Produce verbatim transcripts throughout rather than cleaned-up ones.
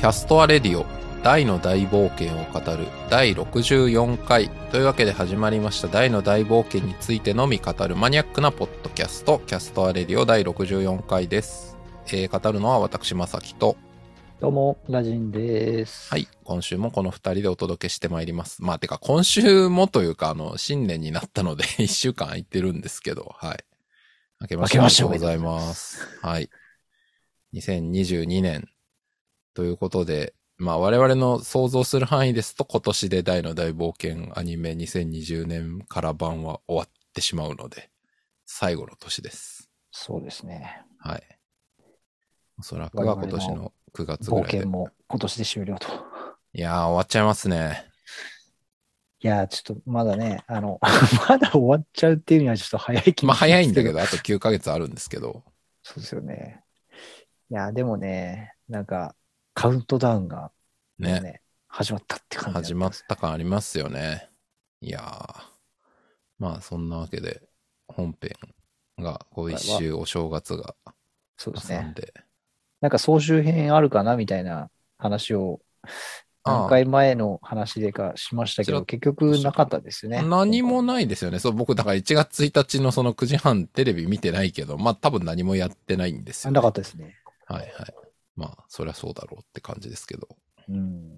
キャストアレディオ大の大冒険を語るだいろくじゅうよんかいというわけで始まりました大の大冒険についてのみ語るマニアックなポッドキャストキャストアレディオだいろくじゅうよんかいです、えー、語るのは私まさきとどうもラジンです。 はい、今週もこのふたりでお届けしてまいります。まあてか今週もというかあの新年になったのでいっしゅうかん空いてるんですけど、はい、明けましておめでとうございます。はい、にせんにじゅうにねんということで、まあ我々の想像する範囲ですと今年で大の大冒険アニメにせんにじゅうねんから版は終わってしまうので最後の年です。 そうですね。 はい。おそらくは今年のくがつぐらいで。 冒険も今年で終了と。 いやー終わっちゃいますね。 いやーちょっとまだね、あの、まだ終わっちゃうっていうにはちょっと早い気がする。 まあ早いんだけど、あときゅうかげつあるんですけど。 そうですよね。いやーでもね、なんかカウントダウンがね、ね始まったって感じ、ね、 始まった感ありますよね。いやー。まあそんなわけで本編がこう一周お正月がそうですね。 挟んで。 なんか総集編あるかなみたいな話を何回前の話でかしましたけど、結局なかったですよね。 何もないですよね。そう、僕だからいちがつついたちのそのくじはんテレビ見てないけど、まあ多分何もやってないんですよね。 なかったですね。 はいはい。まあそりゃそうだろうって感じですけど。 うん。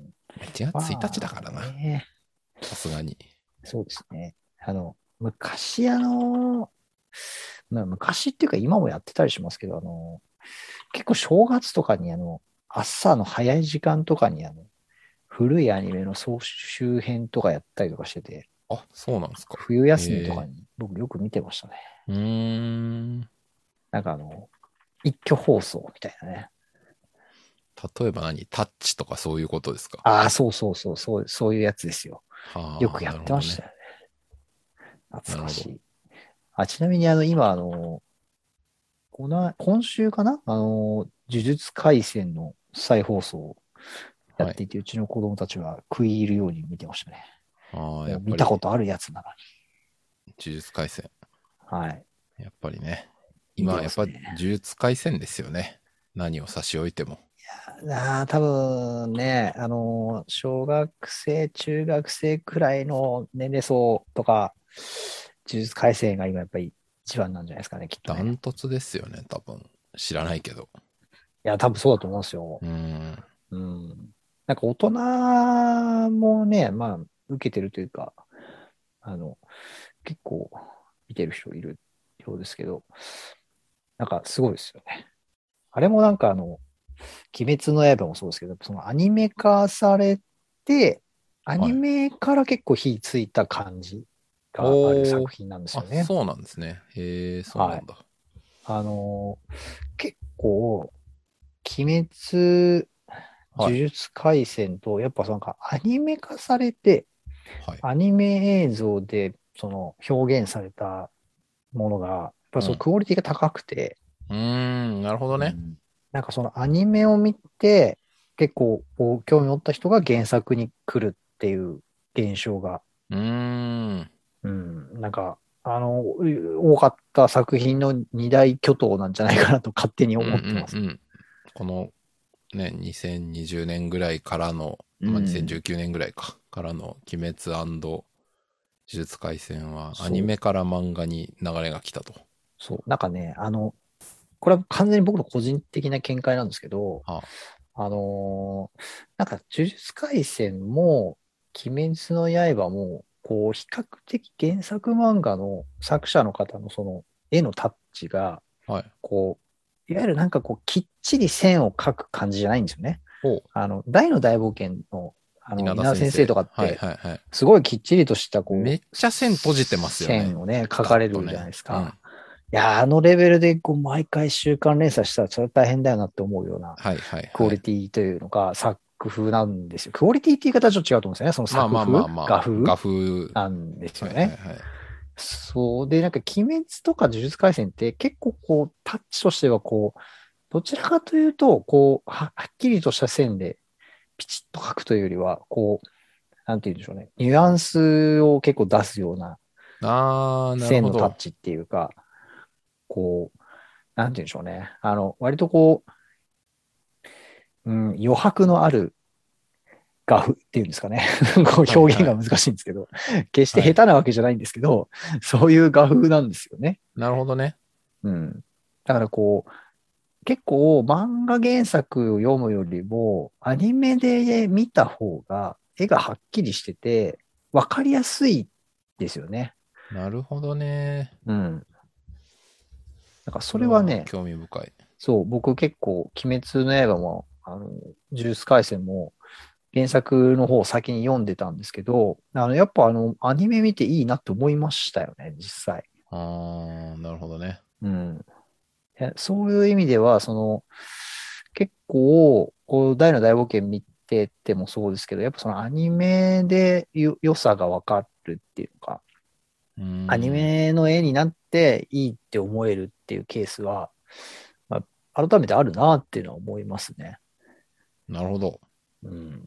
いちがつついたちだからな。さすがに。 そうですね。あの、昔あの、昔っていうか今もやってたりしますけど、あの、結構正月とかにあの、朝の早い時間とかにあの、古いアニメの総集編とかやったりとかしてて。 あ、そうなんですか。 冬休みとかに僕よく見てましたね。 うーん。 なんかあの、一挙放送みたいなね。 例えば何タッチとかそういうことですか？ ああ、そうそうそう、そう、そういうやつですよ。 はあ、 よくやってましたよね。懐かしい。あ、ちなみにあの、今あの、この今週かなあの、呪術廻戦の再放送をやっていて、はい、うちの子供たちは食い入るように見てましたね。 ああ、やっぱり。 見たことあるやつなのに。 呪術廻戦。 はい。 やっぱりね。今、やっぱ呪術廻戦ですよね。何を差し置いても。 いやー、多分ね、あの、小学生、中学生くらいの年齢層とか、呪術廻戦が今やっぱり一番なんじゃないですかね、きっと、ね。 ダントツですよね、多分。知らないけど。 いや、多分そうだと思うんですよ。 うん。 うん。なんか大人もね、まあ、受けてるというか、あの、結構見てる人いるようですけど、なんかすごいですよね。あれもなんかあの、鬼滅の刃もそうですけど、そのアニメ化されて、アニメから結構火ついた感じがある作品なんですよね。 あ、そうなんですね。へえ、そうなんだ。はい、 あの、結構、鬼滅、呪術廻戦と、やっぱそのかアニメ化されて、はい、アニメ映像でその表現されたものが、やっぱそのクオリティが高くて、 うん、うーん、なるほどね。うん、 なんかそのアニメを見て、結構興味を持った人が原作に来るっていう現象が、 うーん、 うん、なんか、あの、多かった作品の二大巨頭なんじゃないかなと勝手に思ってます。 うんうんうん、このね、にせんにじゅうねんぐらいからの、まあ、にせんじゅうきゅうねんぐらいか、からの鬼滅&呪術廻戦はアニメから漫画に流れが来たと。 そう。なんかね、あの、これは完全に僕の個人的な見解なんですけど、はあ、あのー、なんか呪術廻戦も鬼滅の刃も、こう、比較的原作漫画の作者の方のその絵のタッチが、はい、こう、いわゆるなんかこう、きっちり線を描く感じじゃないんですよね。あの、大の大冒険の、あの、稲田先生とかって、すごいきっちりとしたこう、 めっちゃ線閉じてますよね。 線をね、描かれるじゃないですか。ね、うん、いや、あのレベルでこう毎回週刊連載したらそれは大変だよなって思うようなクオリティというのが作風なんですよ。クオリティって言い方はちょっと違うと思うんですよね。その作風、まあまあまあまあ、画風画風なんですよね。はいはいはい、そうで、なんか鬼滅とか呪術廻戦って結構こうタッチとしてはこう、どちらかというと、こう、はっきりとした線でピチッと描くというよりは、こう、なんて言うんでしょうね。ニュアンスを結構出すような線のタッチっていうか、こう、なんて言うんでしょうね。あの、割とこう、 うん、余白のある画風っていうんですかね。こう表現が難しいんですけど、はいはい、決して下手なわけじゃないんですけど、はい、そういう画風なんですよね。 なるほどね。 うん。だからこう、結構漫画原作を読むよりも、アニメで見た方が絵がはっきりしてて、わかりやすいですよね。 なるほどね。 うん。なんかそれはね、 興味深い。 そう、僕結構、鬼滅の刃も、あの、呪術廻戦も、原作の方を先に読んでたんですけど、あの、やっぱあの、アニメ見ていいなって思いましたよね、実際。 ああ、なるほどね。 うん。そういう意味では、その、結構、こう、大の大冒険見ててもそうですけど、やっぱそのアニメでよ良さがわかるっていうか、アニメの絵になっていいって思えるっていうケースは、まあ、改めてあるなっていうのは思いますね。 なるほど。 うん。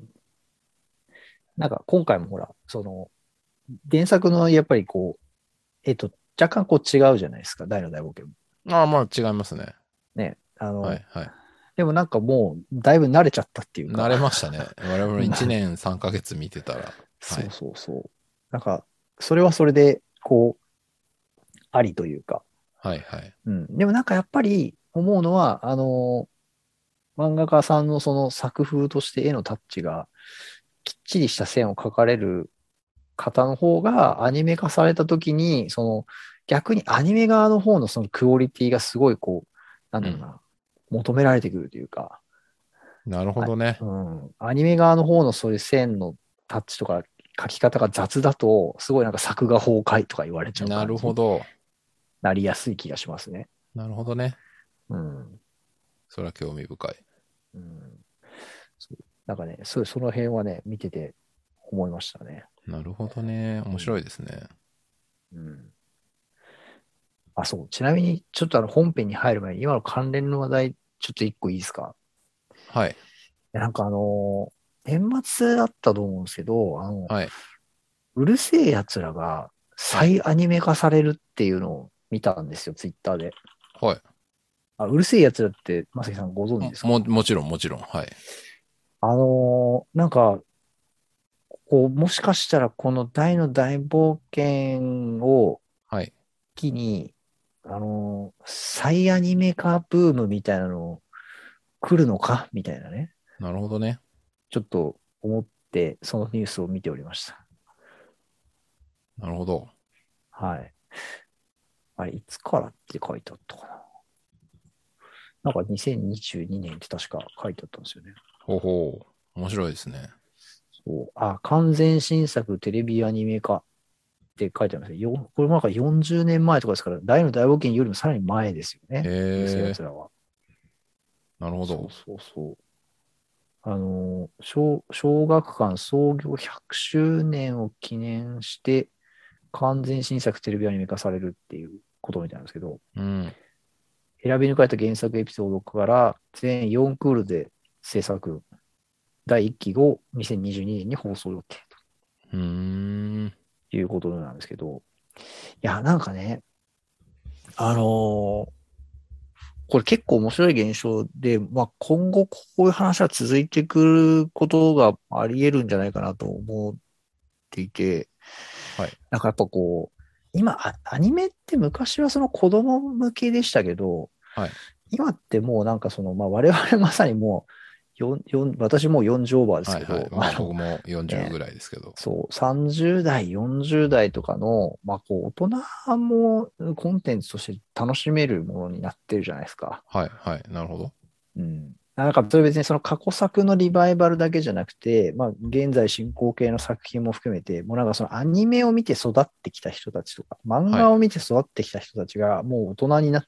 なんか今回もほら、その、原作のやっぱりこう、えっと、若干こう違うじゃないですか、大の大冒険も。 ああ、まあ違いますね。 ね。あの、 はいはい。 でもなんかもう、だいぶ慣れちゃったっていうか。 慣れましたね。我々いちねんさんかげつ見てたら。 そうそうそう。なんか、それはそれで、こう、ありというか。 はいはい。 うん。でもなんかやっぱり思うのは、あの、漫画家さんのその作風として絵のタッチがきっちりした線を描かれる方の方がアニメ化された時に、その逆にアニメ側の方のそのクオリティがすごいこう、なんだろうな、うん、求められてくるというか。 なるほどね。 うん。アニメ側の方のそういう線のタッチとか書き方が雑だと、すごいなんか作画崩壊とか言われちゃう感じ。 なるほど。 なりやすい気がしますね。 なるほどね。 うん。 それは興味深い。 うん。そうなんかね、そその辺はね、見てて思いましたね。 なるほどね。面白いですね。 うん。うん、あ、そう。ちなみに、ちょっとあの本編に入る前に、今の関連の話題、ちょっと一個いいですか？ はい。 いやなんかあのー、年末だったと思うんですけど、あの、 はい。 うるせえ奴らが再アニメ化されるっていうのを見たんですよ、ツイッターで。 はい。 あ、うるせえ奴らって、まさきさんご存知ですか？ も、もちろん、もちろん。はい。 あのー、なんか、こう、もしかしたらこの大の大冒険をはい。 機に、あのー、再アニメ化ブームみたいなの来るのかみたいなね。 なるほどね。 ちょっと思って、そのニュースを見ておりました。 なるほど。 はい。あれ、いつからって書いてあったかな。なんかにせんにじゅうにねんって確か書いてあったんですよね。 ほうほう。面白いですね。 そう。あ、完全新作テレビアニメ化って書いてありますね。よこれもなんかよんじゅうねんまえとかですから、大の大冒険よりもさらに前ですよね。うるせえへえ。 奴らは。 なるほど。 そうそうそう。あの、小、小学館創業ひゃくしゅうねんを記念して、完全新作テレビアニメ化されるっていうことみたいなんですけど、 うん。 選び抜かれた原作エピソードから全よんクールで制作、だいいっきをにせんにじゅうにねんに放送予定うーん。 ということなんですけど、いや、なんかね、あのーこれ結構面白い現象で、まあ、今後こういう話は続いてくることがあり得るんじゃないかなと思っていて、 はい。 なんかやっぱこう、今、アニメって昔はその子供向けでしたけど、 はい。 今ってもうなんかその、まあ我々まさにもう、よんよん私もうよんじゅうオーバーですはいはい。 けど、 まああの、 僕もよんじゅうね、 ぐらいですけど。 そう、さんじゅう代、よんじゅう代とかの、まあこう、大人もコンテンツとして楽しめるものになってるじゃないですか。 はいはい。なるほど。 うん。なんか、それ別にその過去作のリバイバルだけじゃなくて、まあ、現在進行形の作品も含めて、もうなんかそのアニメを見て育ってきた人たちとか、漫はい。 画を見て育ってきた人たちがもう大人になって、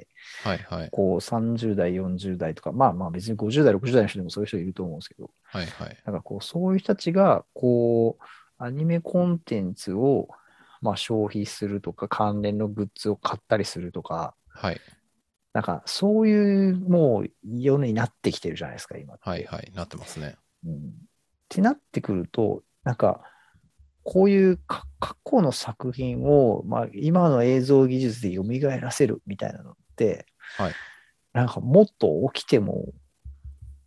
はいはい。 こうさんじゅう代、よんじゅう代とか、まあまあ別にごじゅう代、ろくじゅう代の人でもそういう人いると思うんですけど、 はいはい。 なんかこう、そういう人たちが、こう、アニメコンテンツを、まあ消費するとか、関連のグッズを買ったりするとか、 はい。 なんか、そういうもう世になってきてるじゃないですか、今って。 はいはい。なってますね。 うん、ってなってくると、なんか、こういう過去の作品を、まあ、今の映像技術で蘇らせるみたいなのって、 はい。 なんかもっと起きても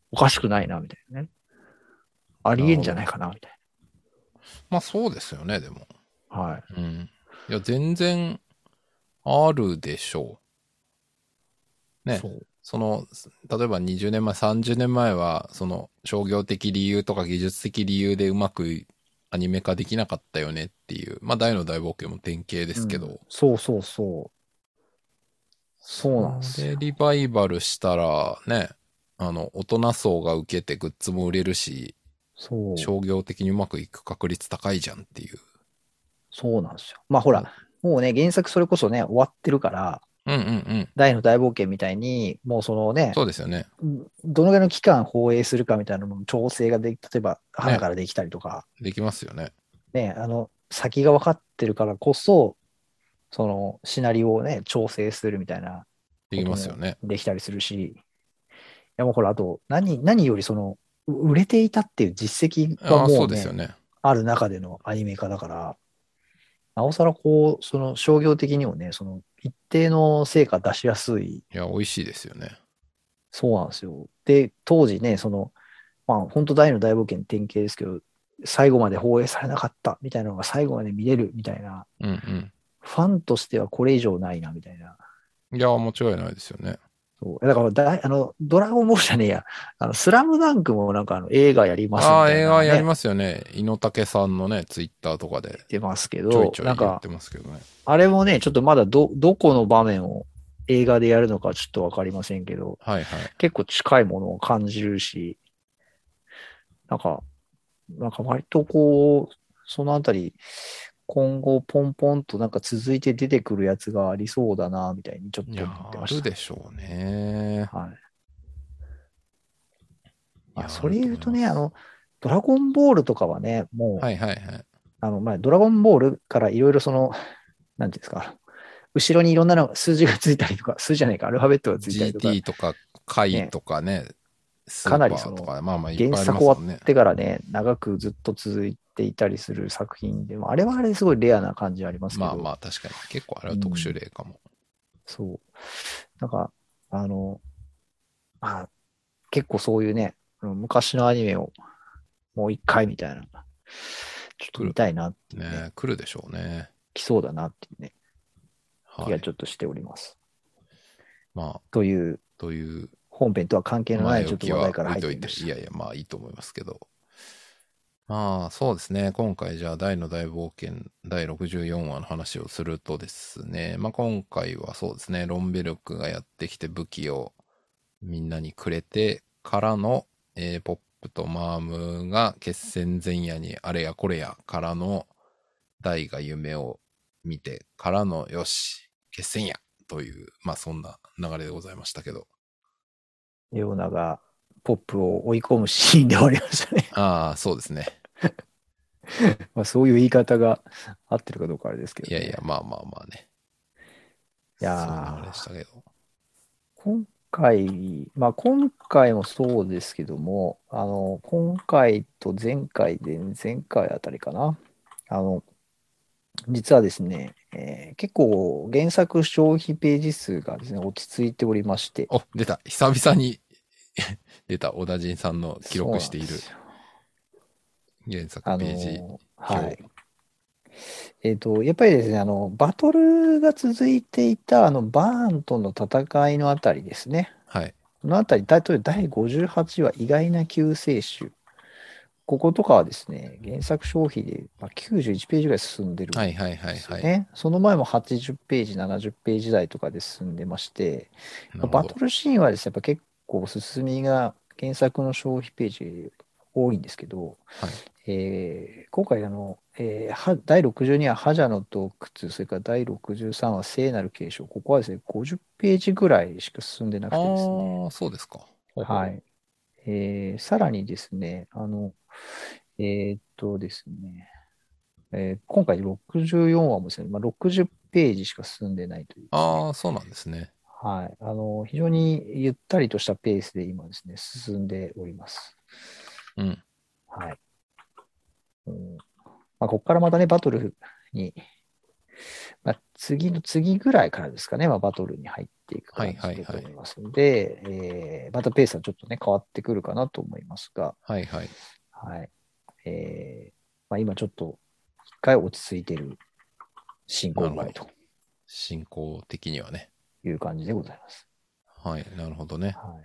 おかしくないな、みたいなね。ありえんじゃないかな、みたいな。まあそうですよね、でも。 はい。 うん。いや、全然あるでしょう。ね。 そう。 その、例えばにじゅうねんまえ、さんじゅうねんまえは、その商業的理由とか技術的理由でうまくアニメ化できなかったよねっていう。まあ大の大冒険も典型ですけど。 うん、そうそうそう。そうなんでそれすよ。 リバイバルしたらね、あの、大人層が受けてグッズも売れるし、 そう。 商業的にうまくいく確率高いじゃんっていう。 そうなんですよ。まあほら、もうね、原作それこそね、終わってるから、 うんうんうん。 大の大冒険みたいに、もうそのね、 そうですよね。 どのぐらいの期間放映するかみたいなのも調整ができ、例えば、花ね。 からできたりとか、 できますよね。 ね、あの、先が分かってるからこそ、その、シナリオをね、調整するみたいなでこともきますよね。 できたりするし、いやもうほら、あと、何、何よりその、売れていたっていう実績がああ、そもうね、 うですよね。 ある中でのアニメ化だから、なおさらこう、その商業的にもね、その一定の成果出しやすい、 いや、美味しいですよね。 そうなんですよ。で、当時ね、その、まあ本当大の大冒険典型ですけど、最後まで放映されなかったみたいなのが最後まで見れるみたいな、 うんファンとしてはこれ以上ないなみたいな。 うん。いや、間違いないですよね。 そうだからだい、あの、ドラゴンボールじゃねえや、あの、スラムダンクもなんかあの映画やりますああ、 みたい映画やりなね、 ますよね。猪竹さんのね、ツイッターとかで出てますけちょいど、なんか、 ちょい言ってますけどね。 あれもね、ちょっとまだど、どこの場面を映画でやるのかちょっとわかりませんけど、 はいはい。 結構近いものを感じるし、なんか、なんか割とこう、そのあたり、今後ポンポンとなんか続いて出てくるやつがありそうだな、みたいにちょっいや、 と思ってあました。 るでしょうね。 はい。まあ、 いや、あそれると言うとね、あ思います。 の、ドラゴンボールとかはね、もはいはいはい。 う、あの、まあ、ドラゴンボールからいろいろその、なんていうんですか、後ろにいろんなの数字がついたりとか、数字じゃないか、アルファベットがついたりとか、 ジーティー とか、貝ね、 とかね、スかーなりその、 パーとか、まあまあいっ原ぱいあり作終わっますもんね。 てからね、長くずっと続いていたりする作品でも、あれはあれですごいレアな感じありますけど、 まあまあ確かに。結構あれは特殊うん、 例かも。 そう。なんか、あの、まあ、結構そういうね、昔のアニメをもう一回みたいな、ちょっと来る。 見たいなっていうね、 ね、来るでしょうね。 来そうだなっていうね、気はい。 がちょっとしております。 まあ、 という、 という本編とは関係のないちょっと前置きは話題から入っ置いといて、 てみました。 いやいや、まあいいと思いますけど。まあ、そうですね。今回じゃあ大の大冒険だいろくじゅうよんわの話をするとですね。まあ今回はそうですね。ロンベルクがやってきて武器をみんなにくれてからの、えーポップとマームが決戦前夜にあれやこれやからの大が夢を見てからのよし、決戦やという、まあそんな流れでございましたけど。 レオナがポップを追い込むシーンで終わりましたね。 ああ、そうですね。 まあそういう言い方が合ってるかどうかあれですけいやいや、 どね。 まあまあまあね。 いやそういう流れでしたー、 けど。 今回、まあ今回もそうですけども、あの、今回と前回で、前回あたりかな。あの、実はですね、えー結構原作消費ページ数がですね、落ち着いておりまして、 お、出た。久々に出た。小田陣さんの記録そうしているなんですよ。 原作あページの、は表。 い。えっと、やっぱりですね、あの、バトルが続いていた、あの、バーンとの戦いのあたりですね。 はい。 このあたり、例えばだいごじゅうはちわ、意外な救世主。こことかはですね、原作消費で、まあ、きゅうじゅういちページぐらい進んでるんはいはいはでいはい。 すよね。その前もはちじゅっページ、ななじゅっページ台とかで進んでまして、 なるほど。 バトルシーンはですね、やっぱ結構進みが原作の消費ページ多いんですけど、 はい。 えー今回あの、えーはだいろくじゅうにわ覇者の洞窟、それからだいろくじゅうさんわ聖なる継承、ここはですね、ごじゅっページぐらいしか進んでなくてですね、 ああ、そうですか。ほうほうほはい。えーさらにですね、あの、えーっとですね、えー今回ろくじゅうよんわもですね、まあ、ろくじゅっページしか進んでないというう。 ですね、 ああ、そうなんですね。 はい。あの、非常にゆったりとしたペースで今ですね、進んでおります。 うん。 はい。うんまあ、ここからまたね、バトルに、まあ、 次の次ぐらいからですかね、まあ、バトルに入っていく感じだと思いますので、はいはいはい、えー、またペースはちょっとね、変わってくるかなと思いますが、 はいはい。 はい。えー、まあ、今ちょっと一回落ち着いてる進行具合と。 進行的にはね。 いう感じでございます。 はい、なるほどね。 はい。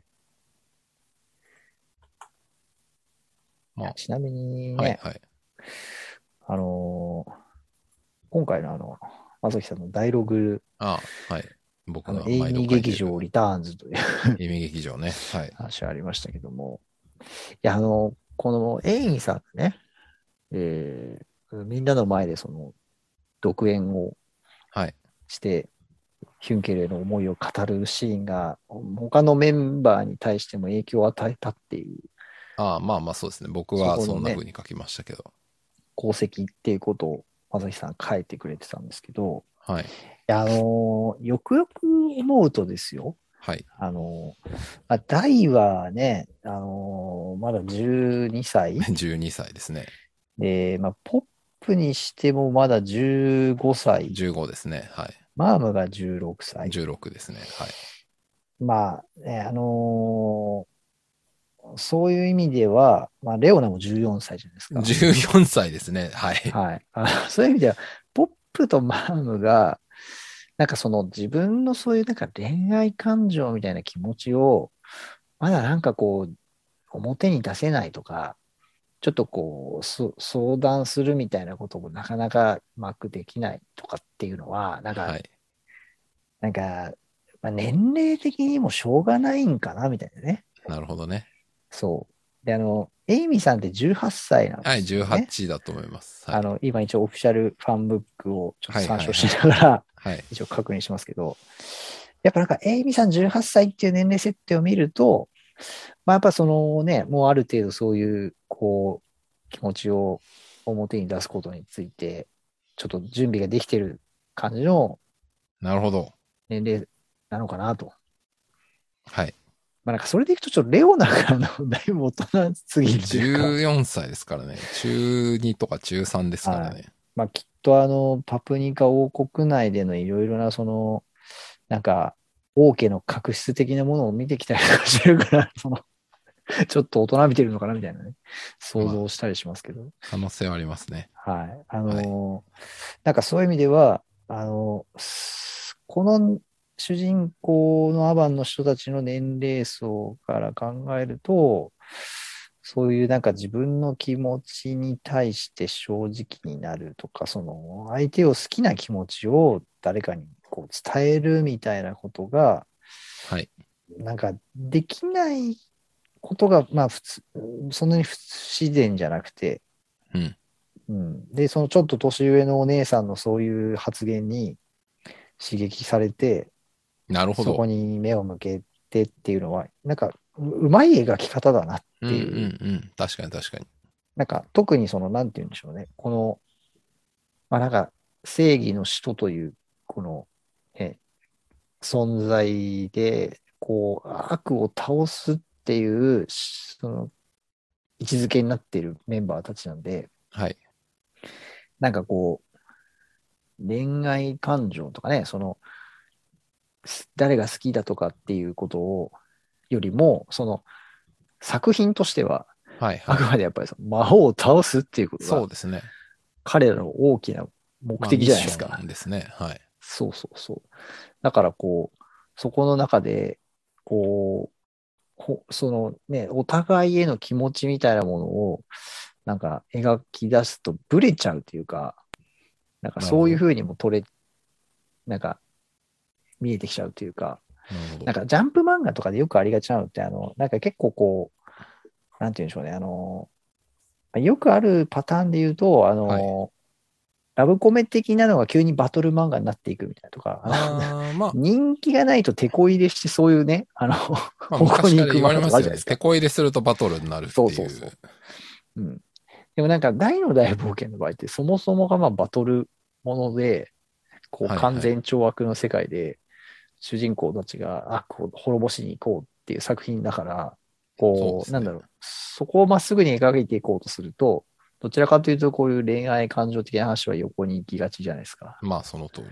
まあ、 ちなみにね、 はいはい、 あのー、今回のあの、まさきさんのダイログ、 ああ、はい。僕がエイミー劇場リターンズというエイミー劇場ね。はい。 話ありましたけども、いや、あの、このエイミーさんがね、えー、みんなの前でその、独演をして、はい、ヒュンケルへの思いを語るシーンが、他のメンバーに対しても影響を与えたっていう。 ああ、まあまあそうですね。僕はそんな風に書きましたけど。 功績っていうことを、まさきさん書いてくれてたんですけど、 はい。いや、あのー、よくよく思うとですよ。 はい。 あのー、まあ、大はね、あのー、まだじゅうにさいじゅうにさいですね。 で、まあ、ポップにしてもまだじゅうごさい。 じゅうごですね。はい。 マームがじゅうろくさい。 じゅうろくですね。はい。 まあ、ね、あのー、そういう意味では、まあ、レオナもじゅうよんさいじゃないですか。 じゅうよんさいですね。はい。 はい。あそういう意味では、ポップとマームが、なんかその自分のそういうなんか恋愛感情みたいな気持ちを、まだなんかこう、表に出せないとか、ちょっとこう、相談するみたいなこともなかなかうまくできないとかっていうのは、なんか、はい、なんか、まあ、年齢的にもしょうがないんかな、みたいなね。 なるほどね。 そう。で、あの、エイミさんってじゅうはっさいなんですよね。 はい、じゅうはちだと思います。はい、 あの、今一応オフィシャルファンブックをちょっと参照しながら、一応確認しますけど、やっぱなんか、エイミさんじゅうはっさいっていう年齢設定を見ると、まあやっぱそのね、もうある程度そういう、こう、気持ちを表に出すことについて、ちょっと準備ができてる感じの、 なるほど。 年齢なのかなと。 はい。 まあなんかそれでいくとちょっとレオナがのだいぶ大人すぎるというか。 じゅうよんさいですからね。中にとか中さんですからね。はい、 まあきっとあの、パプニカ王国内でのいろいろなその、なんか、王家の確執的なものを見てきたりとかしてるから、その、ちょっと大人びてるのかなみたいなね、想像したりしますけど。まあ、可能性はありますね。 はい。あのー、はい、なんかそういう意味では、あのー、この主人公のアバンの人たちの年齢層から考えると、そういうなんか自分の気持ちに対して正直になるとか、その相手を好きな気持ちを誰かにこう伝えるみたいなことが、 はい。 なんかできないことが、まあ普通、そんなに不自然じゃなくて、 うん。 うん。で、そのちょっと年上のお姉さんのそういう発言に刺激されて、 なるほど。 そこに目を向けてっていうのは、なんかう、うまい描き方だなっていう。 うんうんうん。確かに確かに。 なんか、特にその、なんて言うんでしょうね。この、まあなんか、正義の使徒という、この、え、存在で、こう、悪を倒すっていう、その、位置づけになっているメンバーたちなんで、 はい。 なんかこう、恋愛感情とかね、その、誰が好きだとかっていうことを、よりも、その、作品としては、 はいはい、 あくまでやっぱりその魔法を倒すっていうことが、 そうですね。 彼らの大きな目的じゃないですか。 まあ、ミッションですね。はい。 そうそうそう。だからこう、そこの中で、こう、そのね、お互いへの気持ちみたいなものを、なんか描き出すとブレちゃうというか、なんかそういうふうにも取れ、なんか見えてきちゃうというか、な, なんかジャンプ漫画とかでよくありがちなのって、あの、なんか結構こう、なんて言うんでしょうね、あの、よくあるパターンで言うと、あの、はい、ラブコメ的なのが急にバトル漫画になっていくみたいなとか、あまあ、人気がないと手こ入れしてそういうね、あの、 まあ、方向に行く漫画とかあるじゃないですか。手こ入れするとバトルになるっていう。そうそうそう。 うん。でもなんか大の大冒険の場合ってそもそもがまあバトルもので、こう完全懲悪の世界で主人公たちが悪を滅ぼしに行こうっていう作品だから、こう、うね、なんだろう、そこをまっすぐに描いていこうとすると、どちらかというとこういう恋愛感情的な話は横に行きがちじゃないですか。 まあその通り。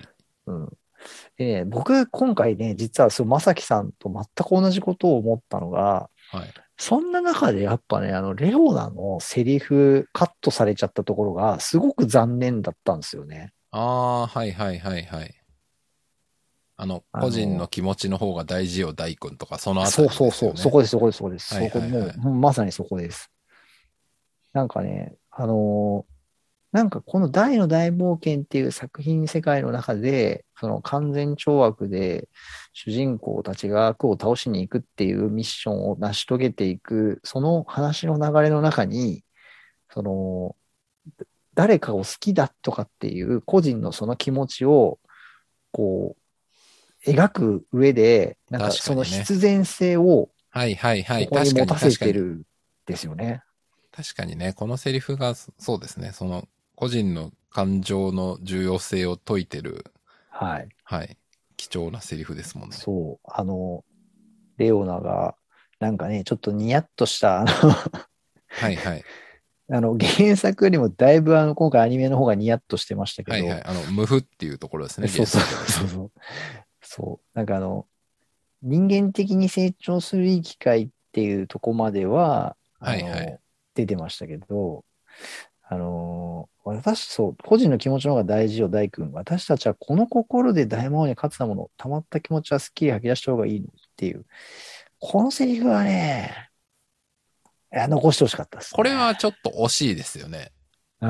うん。でね、僕、今回ね、実はそう、まさきさんと全く同じことを思ったのが、 はい。 そんな中でやっぱね、あの、レオナのセリフカットされちゃったところが、すごく残念だったんですよね。 ああ、はいはいはいはい。あの、個人のあの、 気持ちの方が大事よ、大君とか、そのあたそうりでそうそう、そすよね。 こです、そこです、そこです。 はいそこ、もう、 はいはい。 うんまさにそこです。なんかね、あのなんかこの大の大冒険っていう作品世界の中で、その完全懲悪で主人公たちが悪を倒しに行くっていうミッションを成し遂げていく、その話の流れの中に、その、誰かを好きだとかっていう個人のその気持ちを、こう、描く上で、なんか確かにね。 その必然性をはいはいはい。 ここに確かに持たせ確かに。 てるんですよね。 確かにね、このセリフがそそうですね。その個人の感情の重要性を説いてる、 はい。 はい。貴重なセリフですもんね。 そう。あの、レオナが、なんかね、ちょっとニヤッとした、あのはいはい。 あの、原作よりもだいぶあの、今回アニメの方がニヤッとしてましたけど、 はいはい。あの、無風っていうところですね、原そうそう作だと。 そうそう。そう。なんかあの、人間的に成長するいい機会っていうとこまでは、あはいはい。 の、出てましたけど、あの、私、そう、個人の気持ちの方が大事よ、大君。私たちはこの心で大魔王に勝つたもの、溜まった気持ちはすっきり吐き出した方がいいのっていう。このセリフはね、いや残してほしかったですこれね。 はちょっと惜しいですよね。 うん。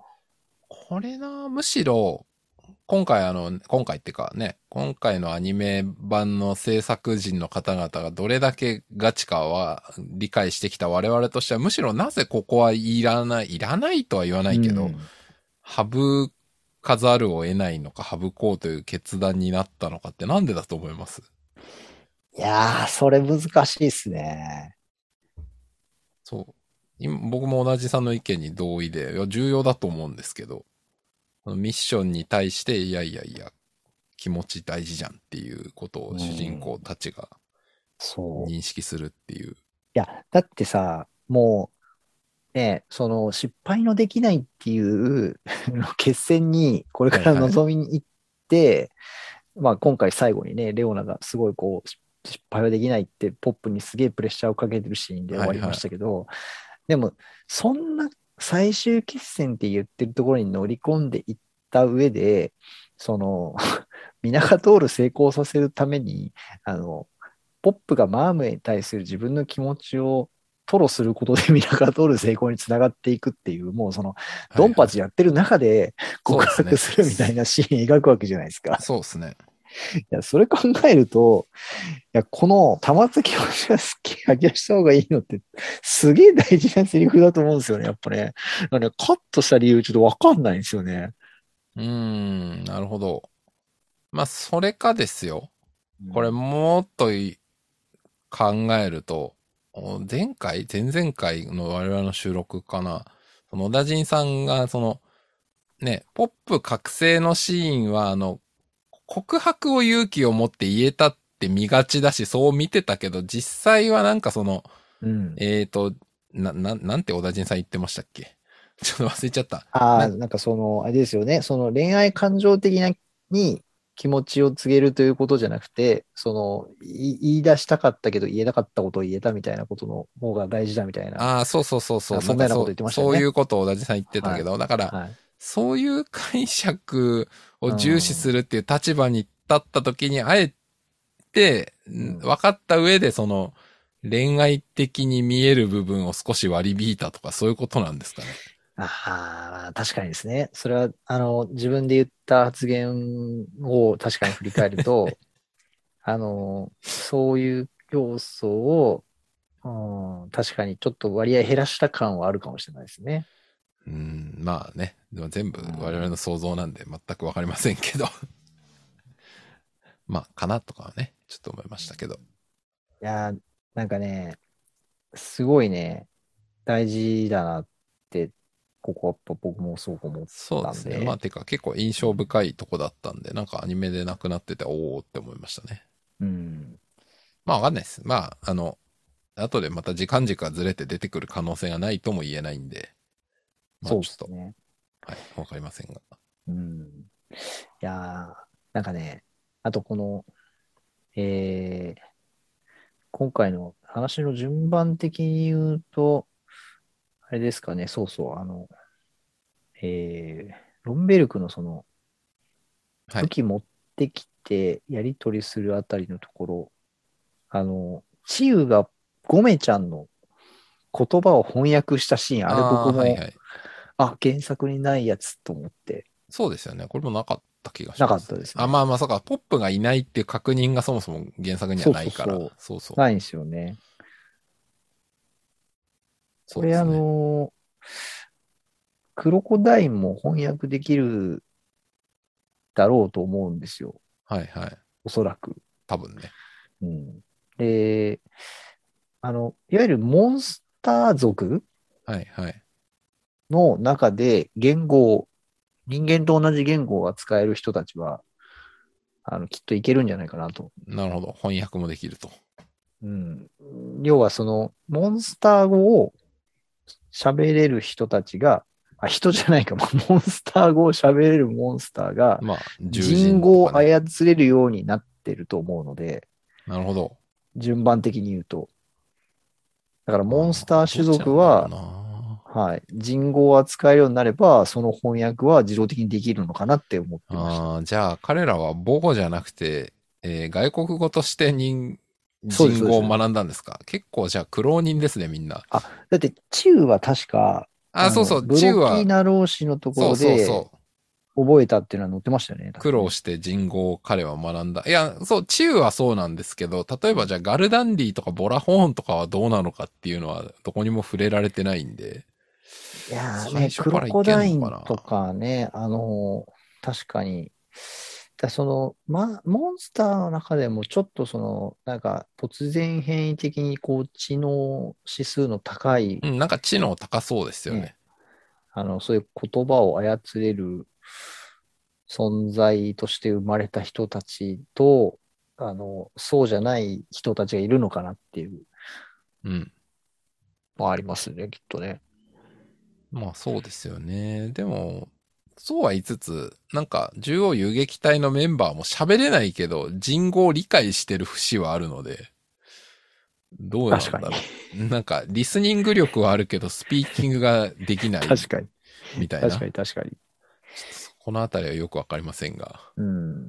これな、むしろ、今回あの、今回っていうかね、今回のアニメ版の制作陣の方々がどれだけガチかは理解してきた我々としては、むしろなぜここはいらない、いらないとは言わなういけど、 ん。 省かざるを得ないのか、省こうという決断になったのかってなんでだと思います？ いやー、それ難しいっすね。 そう。今、僕も同じさんの意見に同意で、いや、重要だと思うんですけど、このミッションに対して、いやいやいや、気持ち大事じゃんっていうことをう主人公ん。 たちがそう。 認識するっていう。 いや、だってさ、もう、ね、その失敗のできないっていう決戦にこれからはいはい。 臨みに行って、まあ今回最後にね、レオナがすごいこう、失敗はできないってポップにすげえプレッシャーをかけてるシーンで終わりまはいはい。 したけど、でも、そんな最終決戦って言ってるところに乗り込んでいった上で、その、ミナカトール成功させるために、あの、ポップがマームに対する自分の気持ちを吐露することでミナカトール成功につながっていくっていう、もうその、ドンパはいはい。 チやってる中で告そうですね。 白するみたいなシーン描くわけじゃないですか。 そうですね。 いや、それ考えると、いや、この玉突き押しはすっきり吐き出した方がいいのって、すげえ大事なセリフだと思うんですよね、やっぱね。なんで、カットした理由ちょっとわかんないんですよね。 うーん、なるほど。まあ、それかですよ。これうん。 もっとい考えると、お前回、前々回の我々の収録かな。その小田人さんが、その、ね、ポップ覚醒のシーンは、あの、告白を勇気を持って言えたって見がちだし、そう見てたけど、実際はなんかその、 うん。 えーと、な、な、なんて小田人さん言ってましたっけ？ちょっと忘れちゃった。 ああ、 なん、 なんかその、あれですよね。その恋愛感情的なに気持ちを告げるということじゃなくて、その、い言い出したかったけど言えなかったことを言えたみたいなことの方が大事だみたいな、 ああ、そうそうそうそう。 なんかそなんかそう、 んなようなこと言ってましたよね。 そういうことを小田人さん言ってたはい。 けど、だから、 はい。 そういう解釈うを重視すん。 るっていう立場に立った時に、あえて、んうん。 分かった上で、その、恋愛的に見える部分を少し割り引いたとか、そういうことなんですかね。 ああ、確かにですね。それは、あの、自分で言った発言を確かに振り返ると、あの、そういう要素を、うん、確かにちょっと割合減らした感はあるかもしれないですね。 うん、まあね。でも全部う我々のん、 想像なんで全くわかりませんけど。まあ、かなとかはね、ちょっと思いましたけど。 いやー、なんかね、すごいね、大事だなって、ここはやっぱ僕もそう思っそうですね。まあ、 たんで、 てか結構印象うん、 深いとこだったんで、なんかアニメでなくなってて、おーって思いましたね。 うん、 まあ、わかんないです。まあ、あの、後でまた時間軸がずれて出てくる可能性がないとも言えないんで、まあそうちょっと、 ですね。 はい、わかりませんが。 うん、いやーなんかね、あとこの、えー、今回の話の順番的に言うと、あれですかね、そうそう、あの、えー、ロンベルクのその、 はい。 武器持ってきてやり取りするあたりのところ、あの、チユがゴメちゃんの言葉を翻訳したシーン、あれああ、はい僕も、 はい。 あ、原作にないやつと思って、 そうですよね。これもなかった気がしなかっますね。あ、 たですね。 まあまあ、そうか。ポップがいないっていう確認がそもそも原作にはそうないから。 そうそう。 そうそう。 ないんですよね。これあそうですね。 の、クロコダインも翻訳できるだろうと思うんですよ。 はいはい。 おそらく。 多分ね。 うん。で、あの、いわゆるモンスター族はいはい。 の中で言語、人間と同じ言語が使える人たちは、あの、きっといけるんじゃないかなと。 なるほど。翻訳もできると。 うん。要はその、モンスター語を喋れる人たちが、あ、人じゃないかも。モンスター語を喋れるモンスターが、 まあ、獣人人とかね。 語を操れるようになってると思うので、 なるほど。 順番的に言うと。だから、モンスああ、 ター種どっちなんだろう族は、 な。 はい、人語を扱えるようになれば、その翻訳は自動的にできるのかなって思ってました。 ああ、じゃあ彼らは母語じゃなくて、えー外国語として人、 そうです、そうです。 人語を学んだんですか？結構じゃあ苦労人ですね、みんな。 あ、だって、チウは確か、 あ、 あの、 そうそう、 ブロキチウは、 ナロー氏のとこそうろでそうそう。 覚えたっていうのは載ってましたよね、確かね。 苦労して人語を彼は学んだ。いや、そう、チウはそうなんですけど、例えうん、 ばじゃあガルダンディとかボラホーンとかはどうなのかっていうのはどこにも触れられてないんで、 いやーね、 最初クロからいけんコダイのかな。 ンとかね、あのー確かに、だその、ま、モンスターの中でもちょっとその、なんか突然変異的にこう知能指数の高い、 うん、なんか知能高そうですよね、 ね。 あの、そういう言葉を操れる存在として生まれた人たちと、あの、そうじゃない人たちがいるのかなっていううん。 のはありますね、きっとね。 まあそうですよね。でも、そうは言いつつ、なんか、獣王遊撃隊のメンバーも喋れないけど、人語を理解してる節はあるので、どうな確かに。 んだろう。なんか、リスニング力はあるけど、スピーキングができない確かに。 みたいな。 確かに、確かに。 ちょっとそこのあたりはよくわかりませんが。 うん。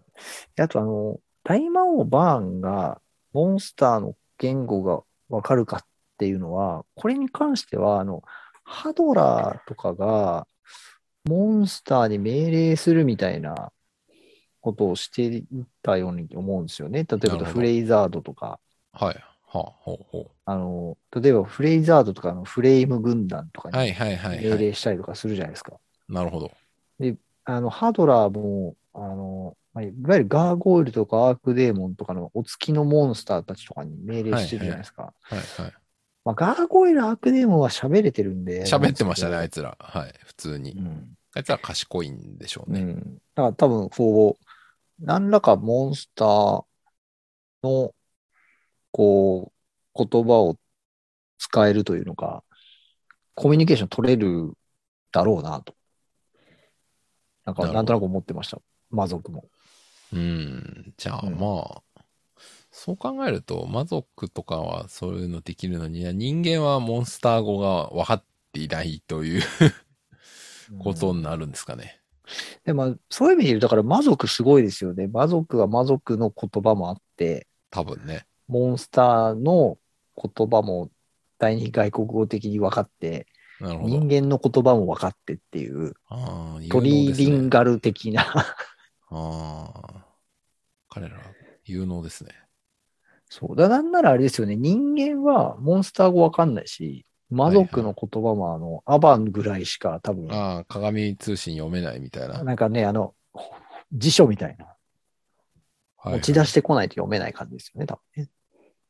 であと、あの、大魔王バーンがモンスターの言語がわかるかっていうのは、これに関しては、あの、ハドラーとかがモンスターに命令するみたいなことをしていたように思うんですよね。例えば、フなるほど。 レイザードとか、 はい。はあ、ほうほあの、例えばフレイザードとかのフレイム軍団とかう。はいにはいはいはい。 命令したりとかするじゃないですか。 なるほど。 で、あの、ハドラーも、あの、まあいわゆるガーゴイルとかアークデーモンとかのお付きのモンスターたちとかに命令してるはいはい。 じゃないですか。 はいはい。 まあ、ガーゴイル、アークデーモンは喋れてるんで、あれなんで喋ってましたね、あいすけど、 つら。はい。普通に。 うん。 あいつら賢いんでしょうね。 うん。だから多分、こう、何らかモンスターの、こう、言葉を使えるというのか、コミュニケーション取れるだろうなと。なんか、 なるほど。 なんとなく思ってました。魔族も。 うん。じゃあうん。 まあ、そう考えると、魔族とかはそういうのできるのに、人間はモンスター語が分かっていないといううことになん、 るんですかね。 でも、そういう意味で言うと、だから魔族すごいですよね。魔族は魔族の言葉もあって、 多分ね。 モンスターの言葉も第二外国語的に分かって、 なるほど。 人間の言葉も分かってっていう、 ああ、有能トリですね。 リンガル的なああ、彼ら、有能ですね。 そう。だなんならあれですよね。人間はモンスター語分かんないし、魔はいはい。 族の言葉もあの、アバンぐらいしか多分、 ああ、鏡通信読めないみたいな。 なんかね、あの、辞書みたいな、持ち出しはいはい。 てこないと読めない感じですよね、多分ね。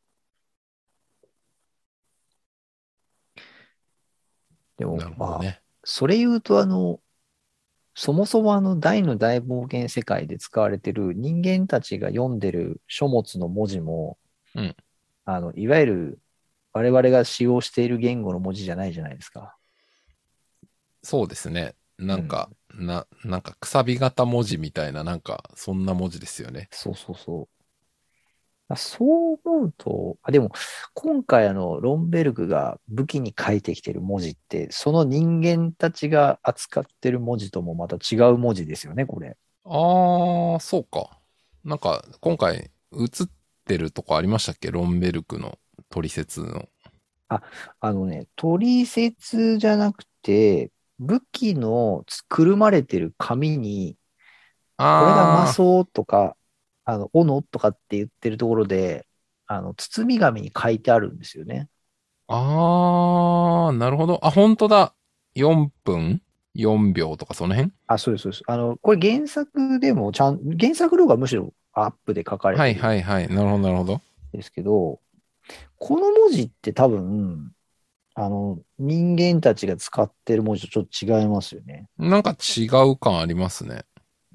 でも、 なるほどまあ、 ね。 それ言うと、あの、そもそもあの大の大冒険世界で使われてる人間たちが読んでる書物の文字も、 うん。 あの、いわゆる我々が使用している言語の文字じゃないじゃないですか。 そうですね。なうん。 んか、 な、なんか、くさび型文字みたいな、なんか、そんな文字ですよね。 そうそうそう。そう思うと、あ、でも、今回あの、ロンベルクが武器に書いてきてる文字って、その人間たちが扱ってる文字ともまた違う文字ですよね、これ。 ああ、そうか。なんか、今回、映ってるとこありましたっけ？ロンベルクの取説の。 あ、あのね、取説じゃなくて、武器のくるまれてる紙に、これが魔あ装とか、あの、斧とかって言ってるところで、あの、包み紙に書いてあるんですよね。 あ、ああ、なるほど。あ、本当だ。よんぷん ?よん 秒とかその辺？ あ、そうです、そうです。あの、これ原作でもちゃん、原作の方がむしろアップで書かれはいてるんはいはい。なるほどなるほど。 ですけど、この文字って多分、あの、人間たちが使ってる文字とちょっと違いますよね。 なんか違う感ありますね。 うん。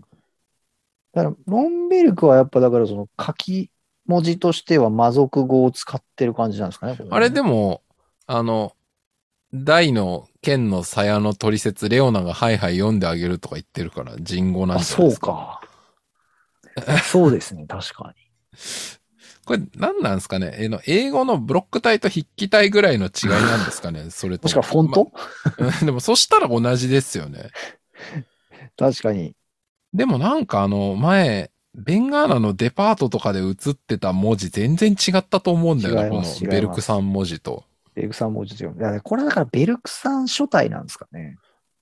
だから、ロンベルクはやっぱだからその書き文字としては魔族語を使ってる感じなんですかね、これね。 あれでも、あの、大の剣の鞘の取説、レオナがハイハイ読んであげるとか言ってるから、人語なんあ、 じゃないですか。 そうか。そうですね、確かに。 これ何なんですかね？えの、英語のブロック体と筆記体ぐらいの違いなんですかね？それとも。 もしくはフォント、 ま、でもそしたら同じですよね。 確かに。 でもなんかあの、前、ベンガーナのデパートとかで映ってた文字全然違ったと思うんだよな、この違います、違います。 ベルクさん文字と。 ベルクさん文字ですよ。いやこれはだからベルクさん書体なんですかね。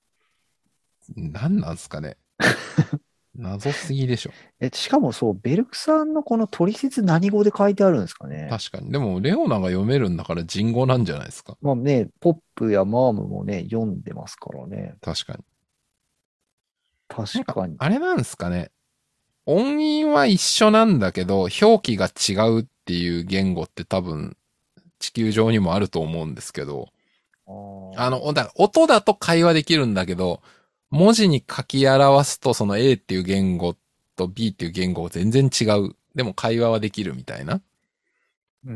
何なんすかね？謎すぎでしょ。 え、しかもそう、ベルクさんのこの取説何語で書いてあるんですかね。 確かに。でも、レオナが読めるんだから人語なんじゃないですか。 まあね、ポップやマームもね、読んでますからね。 確かに。なんか、 確かに。 あれなんですかね。音韻は一緒なんだけど、表記が違うっていう言語って多分、地球上にもあると思うんですけど、 あーあの、だ音だと会話できるんだけど、文字に書き表すと、その A っていう言語と B っていう言語全然違う。でも会話はできるみたいな。 うん。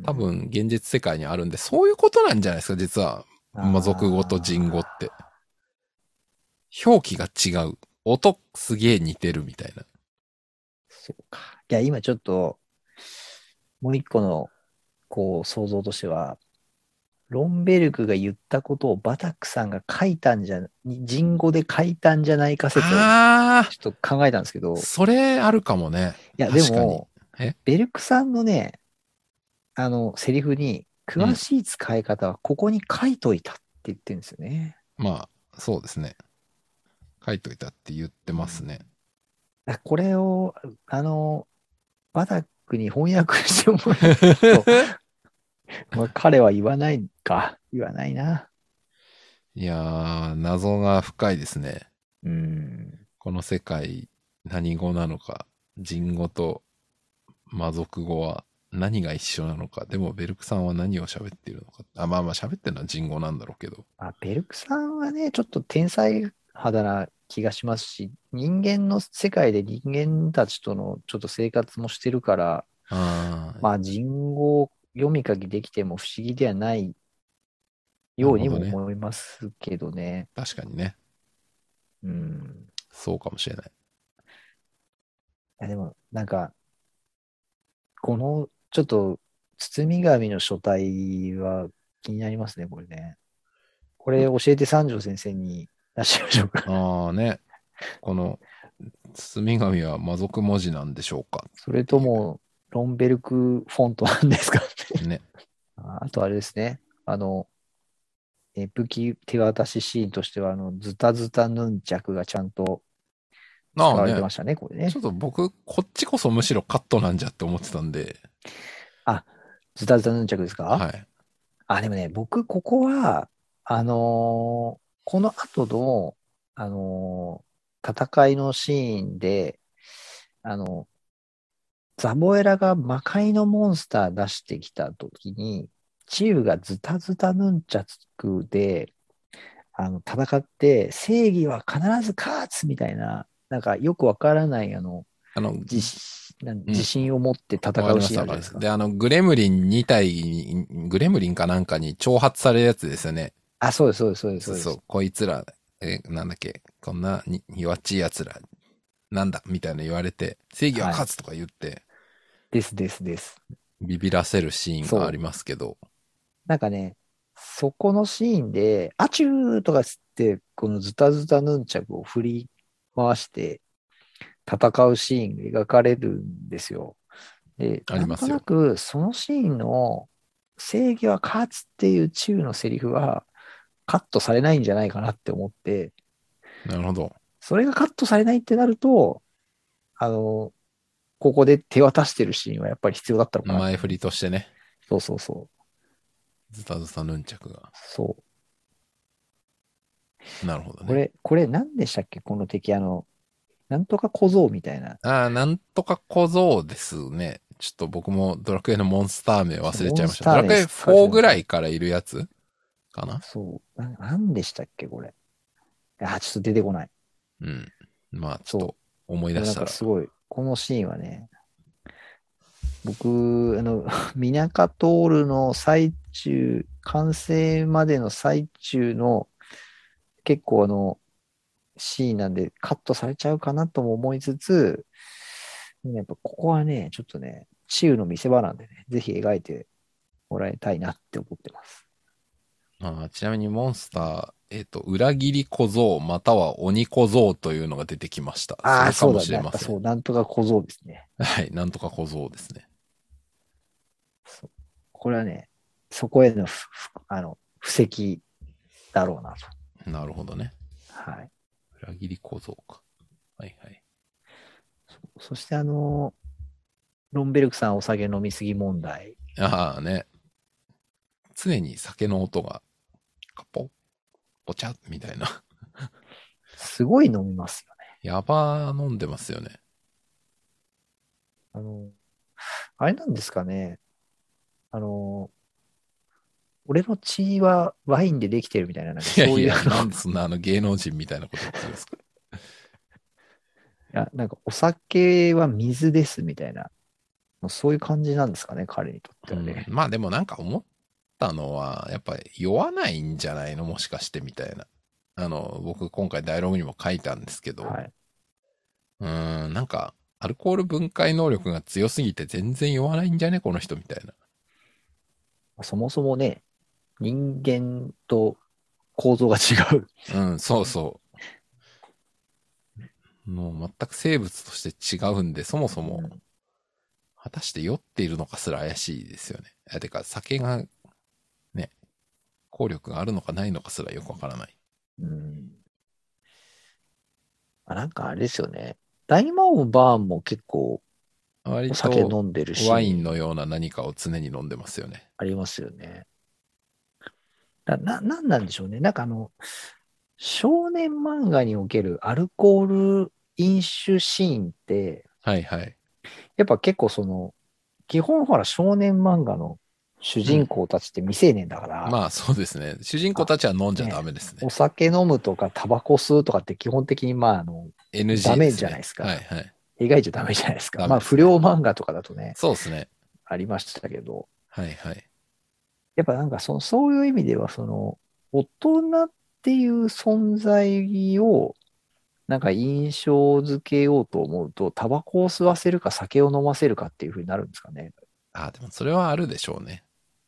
多分、現実世界にあるんで、そういうことなんじゃないですか、実は。まあ、俗語と人語って。 あ表記が違う。音すげえ似てるみたいな。 そうか。いや、今ちょっと、もう一個の、こう、想像としては、ロンベルクが言ったことをバタックさんが書いたんじゃ、人語で書いたんじゃないか説をあー、 ちょっと考えたんですけど、 それあるかもね。 いや、で確かに。 も、 えベルクさんのね、あの、セリフに、 うん。 詳しい使い方はここに書いといたって言ってるんですよね。 まあ、そうですね。書いといたって言ってうん、 ますね。 だこれを、あの、バタックに翻訳してもらえると、まあ、彼は言わないか。言わないな。 いやー、謎が深いですね。 うん。 この世界、何語なのか、人語と魔族語は何が一緒なのか、でもベルクさんは何を喋っているのか。あ、まあまあ喋ってるのは人語なんだろうけど。 あ、ベルクさんはね、ちょっと天才肌な気がしますし、人間の世界で人間たちとのちょっと生活もしてるから、 あー、 まあ人語読み書きできても不思議ではないようにもなるほどね。 思いますけどね。 確かにね。 うん。 そうかもしれない。 いやでも、なんか、この、ちょっと、包み紙の書体は気になりますね、これね。これ教えて三条先生に出しましょうか。 ああね。この、包み紙は魔族文字なんでしょうかそれっていとも、ロンベルクフォントなんですかね。 う。ね。 ああとあれですね。あの、え武器手渡しシーンとしては、あの、ズタズタヌンチャクがちゃんと使ああね。 われてましたね、これね。 ちょっと僕、こっちこそむしろカットなんじゃって思ってたんで。 あ、ズタズタヌンチャクですか？ はい。 あ、でもね、僕、ここは、あのーこの後の、あのー戦いのシーンで、あの、ザボエラが魔界のモンスター出してきたときに、チウがズタズタヌンチャクで、あの、戦って、正義は必ず勝つみたいな、なんかよくわからない、あの、 あの、 自信、なんうん。 自信を持って戦うシーンわかります、わかります。 あるじゃないですか。 で、あの、グレムリンに体に、グレムリンかなんかに挑発されるやつですよね。 あ、そうです、そうです、そうです、そうです。 そうそう、こいつら、 え、なんだっけ、こんなに弱っちい奴ら、なんだみたいな言われて、正義は勝つとか言って、はい、 ですですです。 ビビらせるシーンがありますけど。 なんかね、そこのシーンで、アチューとかつって、このズタズタヌンチャクを振り回して戦うシーンが描かれるんですよ。で、なんとなくそのシーンの正義は勝つっていうチューのセリフはカットされないんじゃないかなって思って。 なるほど。 それがカットされないってなると、あの、ここで手渡してるシーンはやっぱり必要だったのかな。 前振りとしてね。 そうそうそう。 ズタズタヌンチャクが。 そう。 なるほどね。 これ、これ何でしたっけこの敵、あの、なんとか小僧みたいな。 ああ、なんとか小僧ですね。ちょっと僕もドラクエのモンスター名忘れちゃいました。ドラクエフォーぐらいからいるやつかな。 そう。な、なんでしたっけこれ。あ、ちょっと出てこない。 うん。まあ、ちょっと思い出したら。 なんかすごい、このシーンはね、僕、あの、ミナカトールの最中、完成までの最中の、結構あの、シーンなんでカットされちゃうかなとも思いつつ、やっぱここはね、ちょっとね、治癒の見せ場なんでね、ぜひ描いてもらいたいなって思ってます。 あ、ちなみにモンスター、えっと、裏切り小僧または鬼小僧というのが出てきました。 ああ、そうだね。 やっぱそう、なんとか小僧ですね。 はい、なんとか小僧ですね。 そう。これはね、そこへのふ、あの、布石だろうなと。なるほどね。 はい。 裏切り小僧か。はいはい。 そ, そしてあの、ロンベルクさんお酒飲みすぎ問題。 ああね。常に酒の音が、カポッ、ポチャッみたいな。 すごい飲みますよね。 やばー飲んでますよね。 あの、あれなんですかね。あの、俺の血はワインでできてるみたいな、なんかそういう。いやいや、 なんでそんなあの芸能人みたいなこと言ってるんですか。 いや、なんかお酒は水ですみたいな。もうそういう感じなんですかね、彼にとってはね。 うん、まあでもなんか思ったのは、やっぱり酔わないんじゃないのもしかしてみたいな。あの、僕今回ダイアログにも書いたんですけど、はい、うーん、なんか、アルコール分解能力が強すぎて全然酔わないんじゃねこの人みたいな。 そもそもね、人間と構造が違う。 うん、そうそう。もう全く生物として違うんで、そもそも、果たして酔っているのかすら怪しいですよね。あ、てか、酒が、ね、効力があるのかないのかすらよくわからない。 うん。あ、なんかあれですよね。大魔王バーンも結構、お酒飲んでるし。 ワインのような何かを常に飲んでますよね。 ありますよね。な、な、なんなんでしょうね。なんかあの、少年漫画におけるアルコール飲酒シーンって、 はいはい。 やっぱ結構その、基本ほら少年漫画の主人公たちって未成年だから、 うん、まあそうですね。主人公たちは飲んじゃダメですね。ね、 お酒飲むとかタバコ吸うとかって基本的にまああの、 エヌジーダメじゃないですか。 はいはい。 描いちゃダメじゃないですか。まあ不良漫画とかだとね。 そうですね。 ありましたけど。 はいはい。 やっぱなんかその、そういう意味ではその、大人っていう存在をなんか印象づけようと思うと、タバコを吸わせるか酒を飲ませるかっていう風になるんですかね。 ああ、でもそれはあるでしょうね。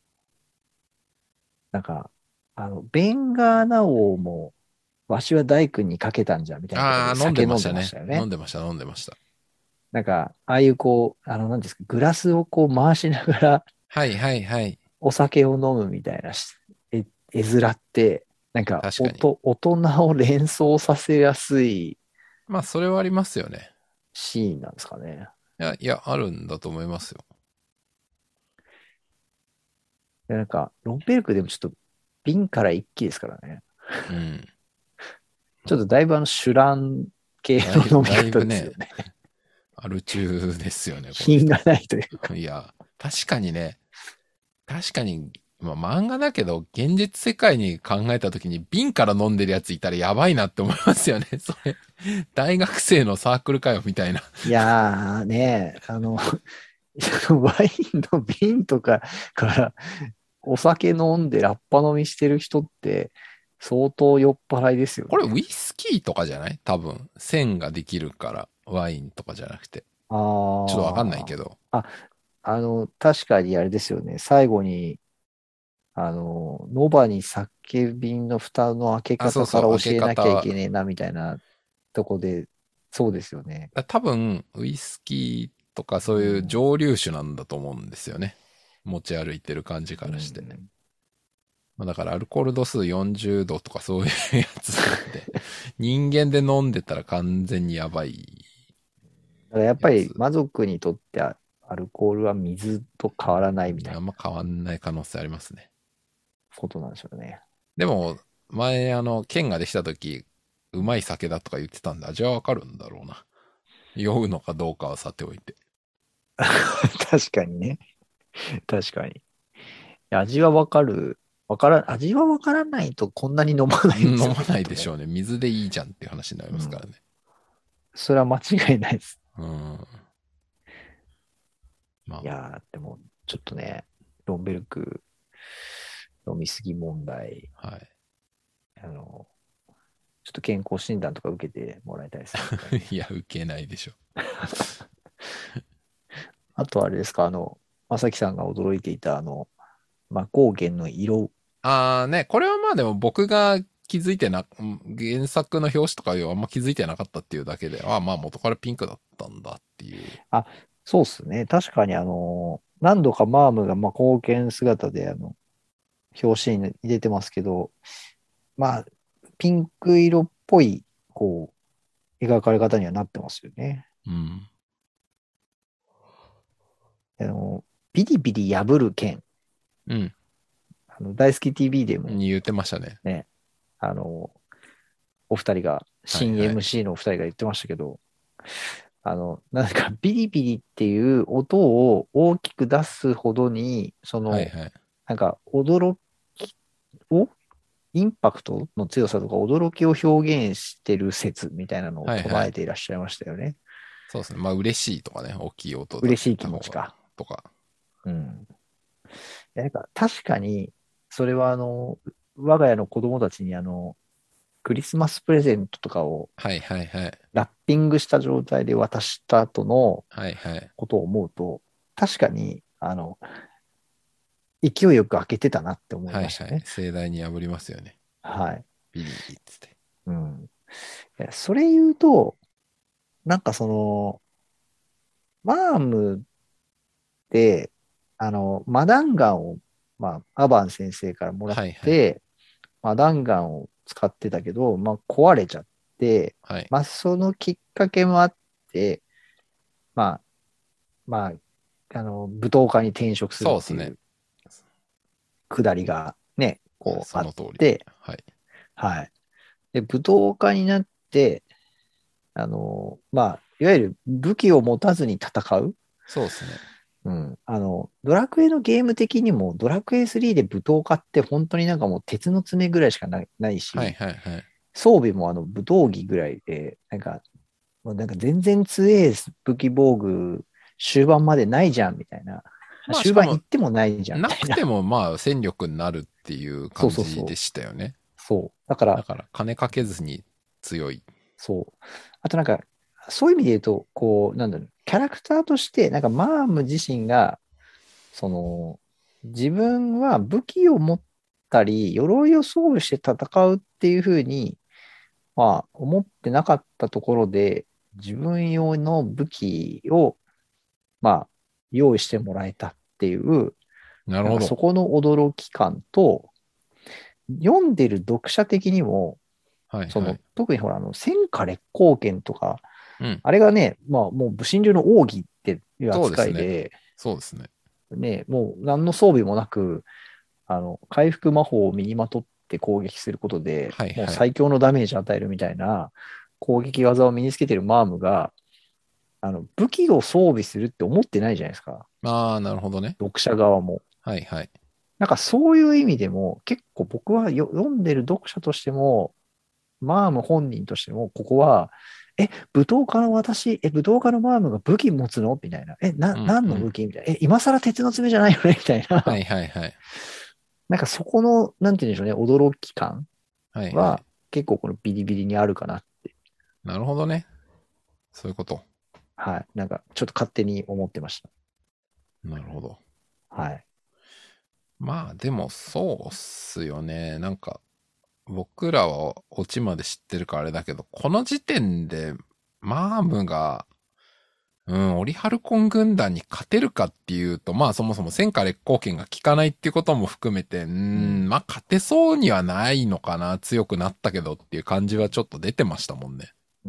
なんか、あの、ベンガーナ王も、わしは大工にかけたんじゃ、みたいなことで酒飲んでましたよね。 飲んでました、飲んでました。 なんか、ああいうこう、あの、なんですか、グラスをこう回しながら、 はいはいはい。 お酒を飲むみたいな絵、絵面って、なんか、 確かに大人を連想させやすい、 まあ、それはありますよね。 シーンなんですかね。 いや、いや、あるんだと思いますよ。 でなんか、ロンベルクでもちょっと、瓶から一気ですからね。 うん。 ちょっとだいぶあの、シュラン系の飲み方ですよね。ねアル中ですよね。 品がないというか。 いや、確かにね、確かに、まあ漫画だけど、現実世界に考えた時に瓶から飲んでるやついたらやばいなって思いますよね。それ、大学生のサークルかよ、みたいな。 いやーね、あの、ワインの瓶とかからお酒飲んでラッパ飲みしてる人って、 相当酔っ払いですよね。 これウイスキーとかじゃない？多分。線ができるから、ワインとかじゃなくて。 あちょっとわかんないあ。 けど。 あ、あの、確かにあれですよね。最後に、あの、ノバに酒瓶の蓋の開けあ、そう方かそう、開けら教えなきゃい方。 けねえな、みたいなとこで、そうですよね。 多分、ウイスキーとかそういううん。 蒸留酒なんだと思うんですよね。持ち歩いてる感じうからして。 ん、 まあ、だからアルコール度数よんじゅうどとかそういうやつなんで、人間で飲んでたら完全にやばいだからやっぱりやつ。 魔族にとってアルコールは水と変わらないみたいなあんま変わんない可能性ありますね。 ことなんでしょうね。 でも、前あの、剣ができた時、うまい酒だとか言ってたんで、味はわかるんだろうな。酔うのかどうかはさておいて。 確かにね。確かに。味はわかる。わから、味はわからないとこんなに飲まないですよね、 飲まないきっとね。 でしょうね。水でいいじゃんっていう話になりうん。 ますからね。 それは間違いないです。 うん。まあ、 いやー、でも、ちょっとね、ロンベルク飲みすぎ問題、 はい。 あの、ちょっと健康診断とか受けてもらいたいですね。一回ね。 いや、受けないでしょ。 あとあれですか、あの、まさきさんが驚いていた、あの、魔光源の色。 あーね、これはまあでも僕が気づいてな、原作の表紙とかよあんま気づいてなかったっていうだけで、ああまあ元からピンクだったんだっていう。 あ、そうっすね。確かにあの、何度かマームがまあ貢献姿であの、表紙に入れてますけど、まあ、ピンク色っぽい、こう、描かれ方にはなってますよね。 うん。 あの、ビリビリ破る剣。 うん。 あの、大好き ティーブイ でもに言ってましたね。 ね、あの、お二人が、新はいはい。 エムシー のお二人が言ってましたけど、あの、なんかビリビリっていう音を大きく出すほどに、その、 はいはい。 なんか驚きを、インパクトの強さとか驚きを表現してる説みたいなのをはいはい。 唱えていらっしゃいましたよね。 そうですね。まあ嬉しいとかね、大きい音出せ嬉しい気た方が、 持ちか。 とか。 うん。いやなんか確かに、それはあの、我が家の子供たちにあの、クリスマスプレゼントとかをはいはいはい。 ラッピングした状態で渡した後のはいはい。 ことを思うと、確かに、あの、勢いよく開けてたなって思いはいはい。 ましたね。 盛大に破りますよね。 はい。 ビリーっつって。 うん。いやそれ言うと、なんかその、マームで、あの、マダンガンを、まあ、アバン先生からもらっはいはい。 て、マダンガンを使ってたけど、まあ、壊れちゃって、 はい。 まあ、そのきっかけもあって、まあ、まあ、あの、舞踏家に転職するそうですね。 っていうくだりがね、こうあっその通り。 て、 はい。 はい。で、武闘家になって、あの、まあ、いわゆる武器を持たずに戦う。 そうですね。 うん。あの、ドラクエのゲーム的にも、ドラクエスリーで武闘家って本当になんかもう鉄の爪ぐらいしかないないはいし、 はいはい。 装備もあの武闘技ぐらいで、なんか、もうなんか全然強え武器防具終盤までないじゃんみたいな。 まあしかも、 終盤行ってもないじゃんみなたいな。 くてもまあ戦力になるっていうそう感そうそう。 じでしたよね。 そう。だから、 だから金かけずに強い。 そう。あとなんか、そういう意味で言うと、こう、なんだろう、キャラクターとして、なんかマーム自身が、その、自分は武器を持ったり、鎧を装備して戦うっていうふうに、まあ、思ってなかったところで、自分用の武器を、まあ、用意してもらえたっていう、なんかそなるほど。 この驚き感と、読んでる読者的にも、その、 はいはい。 特にほら、あの、戦火烈光剣とか、 うん。 あれがね、まあ、もう武神流の奥義っていうそうですね。 扱いで、 そうですね。 ね、もう何の装備もなく、あの、回復魔法を身にまとって攻撃することで、 はいはい。 もう最強のダメージを与えるみたいな攻撃技を身につけてるマームが、あの、武器を装備するって思ってないじゃないですか。 ああ、なるほどね。 読者側も。 はいはい。 なんかそういう意味でも、結構僕はよ読んでる読者としても、マーム本人としても、ここは、え、武闘家の私、え、武闘家のマームが武器持つのみたいな。え、な、 うんうん。 何の武器みたいな。え、今更鉄の爪じゃないよねみたいな。 はいはいはい。 なんかそこの、なんて言うんでしょうね、驚き感。 はい、 は、 はい。 結構このビリビリにあるかなって。 なるほどね。そういうこと。 はい。なんか、ちょっと勝手に思ってましなるほど。 た。はい。 まあ、でもそうっすよね。なんか、僕らはオチまで知ってるからあれだけど、この時点で、マームが、うん、オリハルコン軍団に勝てるかっていうと、まあそもそも戦火烈光剣が効かないっていうことも含めて、うん、うんまあ勝てそうにはないのかな、強くなったけどっていう感じはちょっと出てましたもんね。 うん。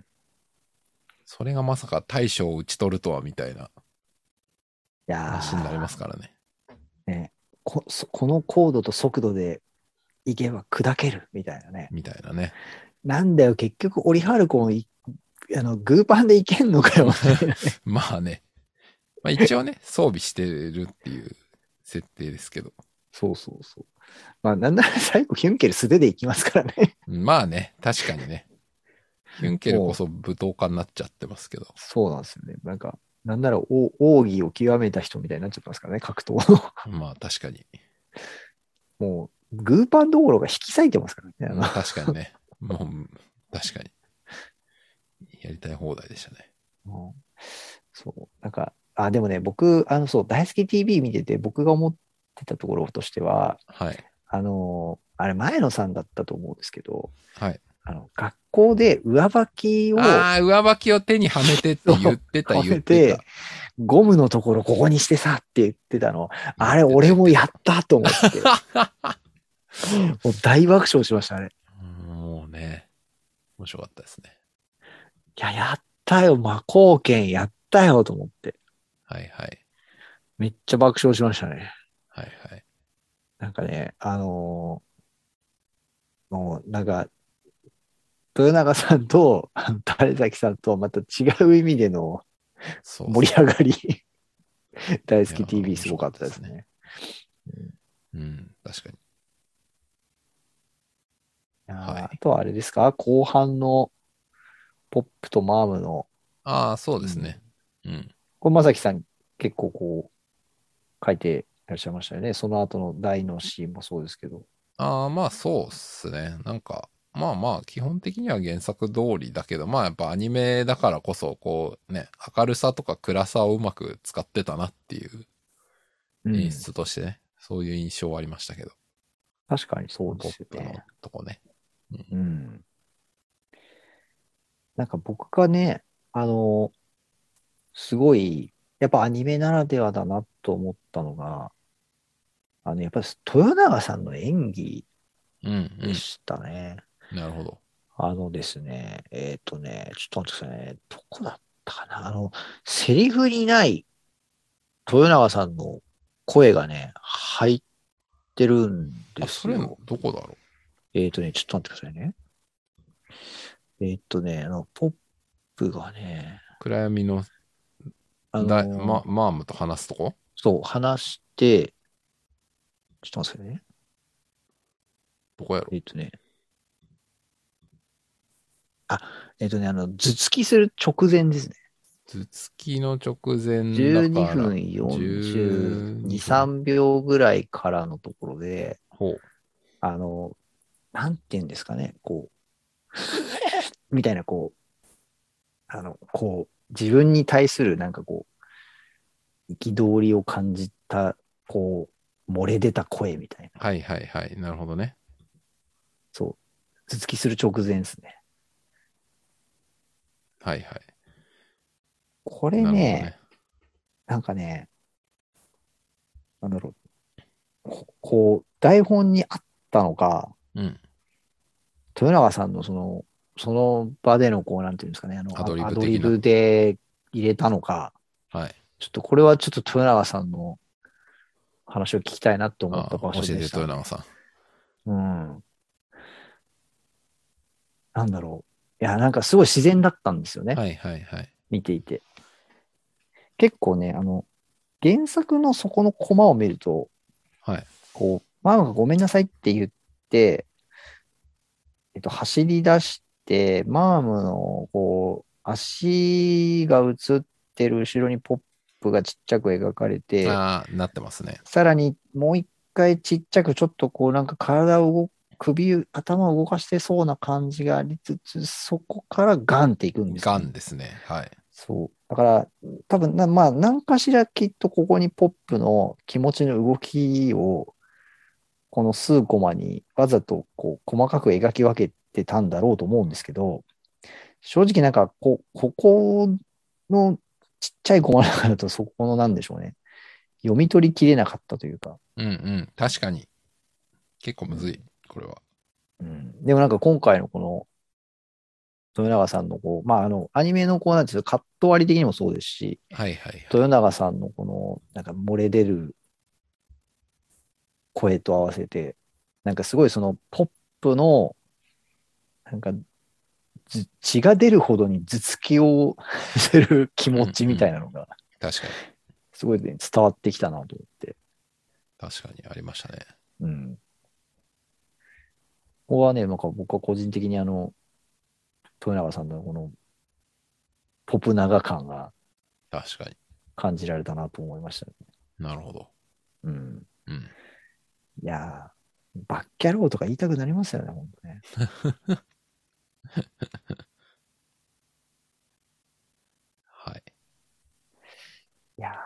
それがまさか大将を打ち取るとはみたいないや話になりますからね。 ねこ、この高度と速度で行けば砕けるみたいなね。 みたいなね。 なんだよ、結局、オリハルコンあの、グーパンでいけんのかよ、みたいなね。 まあね。まあ一応ね、装備してるっていう設定ですけど。 そうそうそう。まあ、なんなら最後、ヒュンケル素手で行きますからね。 まあね、確かにね。ヒュンケルこそ武闘家になっちゃってますけど。 そうなんですよね。なんか、なんなら奥義を極めた人みたいになっちゃってますからね、格闘の。 まあ確かに。 もう、グーパンどころが引き裂いてますからね。 まあ確かにね。もう、確かに。やりたい放題でしたね。 うん、そう。なんか、あ、でもね、僕、あの、そう、大好き ティーブイ 見てて、僕が思ってたところとしては、 はい。 あの、あれ、前野さんだったと思うんですけど、 はい。 あの、学校で上履きを、 ああ、上履きを手にはめてって言ってた、 は言ってめて、 た。 ゴムのところここにしてさって言ってたの。あれ、 言ってた、 俺もや言ってた。 ったと思って。もう大爆笑しましたね。 もうね、面白かったですね。 いや、やったよ、魔貢献やったよと思って。 はいはい。 めっちゃ爆笑しましたね。 はいはい。 なんかね、あのーもう、なんか、豊永さんと、あの種崎さんとまた違う意味でのそう盛り上がり、大好いやきー、面ティーブイ す白ごかっかったですね。 たですね。 うん、確かに。はああい。 とはあれですか後半のポップとマームの、 ああ、そううん、 ですね。うん。 これまさきさん結構こう書いていらっしゃいましたよね。その後の大のシーンもそうですけど。 ああ、まあそうっすね。なんか、まあまあ、基本的には原作通りだけど、まあやっぱアニメだからこそ、こうね、明るさとか暗さをうまく使ってたなっていう演うん。 出としてね、そういう印象はありましたけど。 確かにそうでポップのすよね。 とこね。うん。 うん。なんか僕がね、あの、すごい、やっぱアニメならではだなと思ったのが、あの、やっぱり豊永さんの演技うん、 でしたね。 うん。なるほど。 あのですね、えっとね、ちょっと待ってくださいね。どこだったかなあの、セリフにない豊永さんの声がね、入ってるんであ、それ、 すよ。 どこだろえっとね、ちょっと待ってくださいね。えっとね、あの、ポップがね、 う。暗闇のあだ、ま、 のーマームと話すとこそう、話して、ちょっと待ってくださいね。 どこやろえっとね、あ、えっとね、あの、頭突きする直前ですね。 頭突きの直前だ 12 から分 12 よんじゅうに、 分。 さんびょうぐらいからのところで、 ほう。 あの、なんて言うんですかね、こう、みたいな、こう、あの、こう、自分に対するなんかこう、憤りを感じた、こう、漏れ出た声みたいな。 はいはいはい。なるほどね。 そう、頭突きする直前ですね。 はいはい。 これね、 なるほどね。 なんかね、なんだろう、ここう、台本にあったのか、 うん。 豊永さんのその、その場でのこう、なんていうんですかね、あの、 アドリアブ的な。 ドリブで入れたのか、 はい。 ちょっとこれはちょっと豊永さんの話を聞きたいなと思ったああ、 場所教えて、 でしたね。 豊永さうん。なんだろう。いや、なんかすごい自然だったんですよん。 ね。 はいはいはい。 見ていて。結構ね、あの、原作のそこのコマを見ると、 はい。 こう、ママがごめんなさいって言って、えっと、走り出して、マームの、こう、足が映ってる後ろにポップがちっちゃく描かれて、 ああ、なってますね。 さらにもう一回ちっちゃくちょっとこうなんか体を動首、頭を動かしてそうな感じがありつつ、そこからガンっていくんですよ、 ガンですね。はい。 そう。だから、多分な、まあ、何かしらきっとここにポップの気持ちの動きを、この数コマにわざとこう細かく描き分けてたんだろうと思うんですけど、正直なんかこ、ここのちっちゃいコマだとそこのなんでしょうね。読み取りきれなかったというか。 うんうん。確かに。結構むずい、これは。 うん、でもなんか今回のこの、豊永さんのこう、まああの、アニメのこうなんていうかカット割り的にもそうですし、 はいはいはい。 豊永さんのこの、なんか漏れ出る声と合わせて、なんかすごいそのポップの、なんか血が出るほどに頭突きをする気持ちみたいなのが、 確かに。 すごい、ね、伝わってきたなと思って。 確かにありましたね。 うん。ここはね、なんか僕は個人的にあの、豊永さんのこのポプ長感が確かに。 感じられたなと思いましたね。 なるほど。 うん。 うん。 いやー、バッキャローとか言いたくなりますよね、本当ね。 はい。 いやー、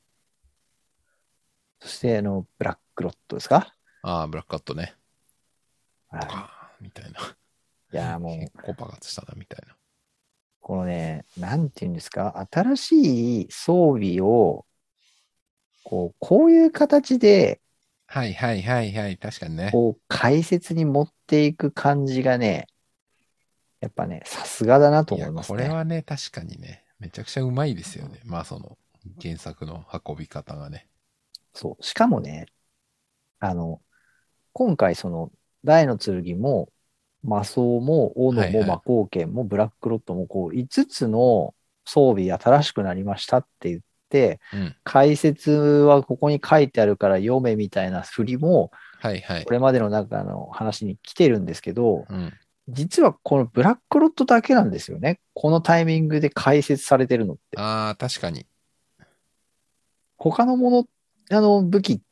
そして、あの、ブラックロットですか？ ああ、ブラックカットね。 はい。 ボカーンみたいな。 いやーも結う、 構爆発したな、みたいな。 このね、なんていうんですか、新しい装備を、こう、こういう形で、 はいはいはいはい。確かにね。 こう、解説に持っていく感じがね、やっぱね、さすがだなといや、 思いますね。 これはね、確かにね、めちゃくちゃうまいですよね。まあ、その、原作の運び方がね。 そう。しかもね、あの、今回その、大の剣も、魔装も、斧も、 はいはい。 魔鋼剣も、ブラックロットも、こう、いつつの装備新しくなりましたって言って、 うん。 解説はここに書いてあるから読めみたいな振りも、 はいはい。 これまでの中の話に来てるんですけど、 うん。 実はこのブラックロットだけなんですよね。このタイミングで解説されてるのって。 ああ、確かに。 他のもの、あの武器って、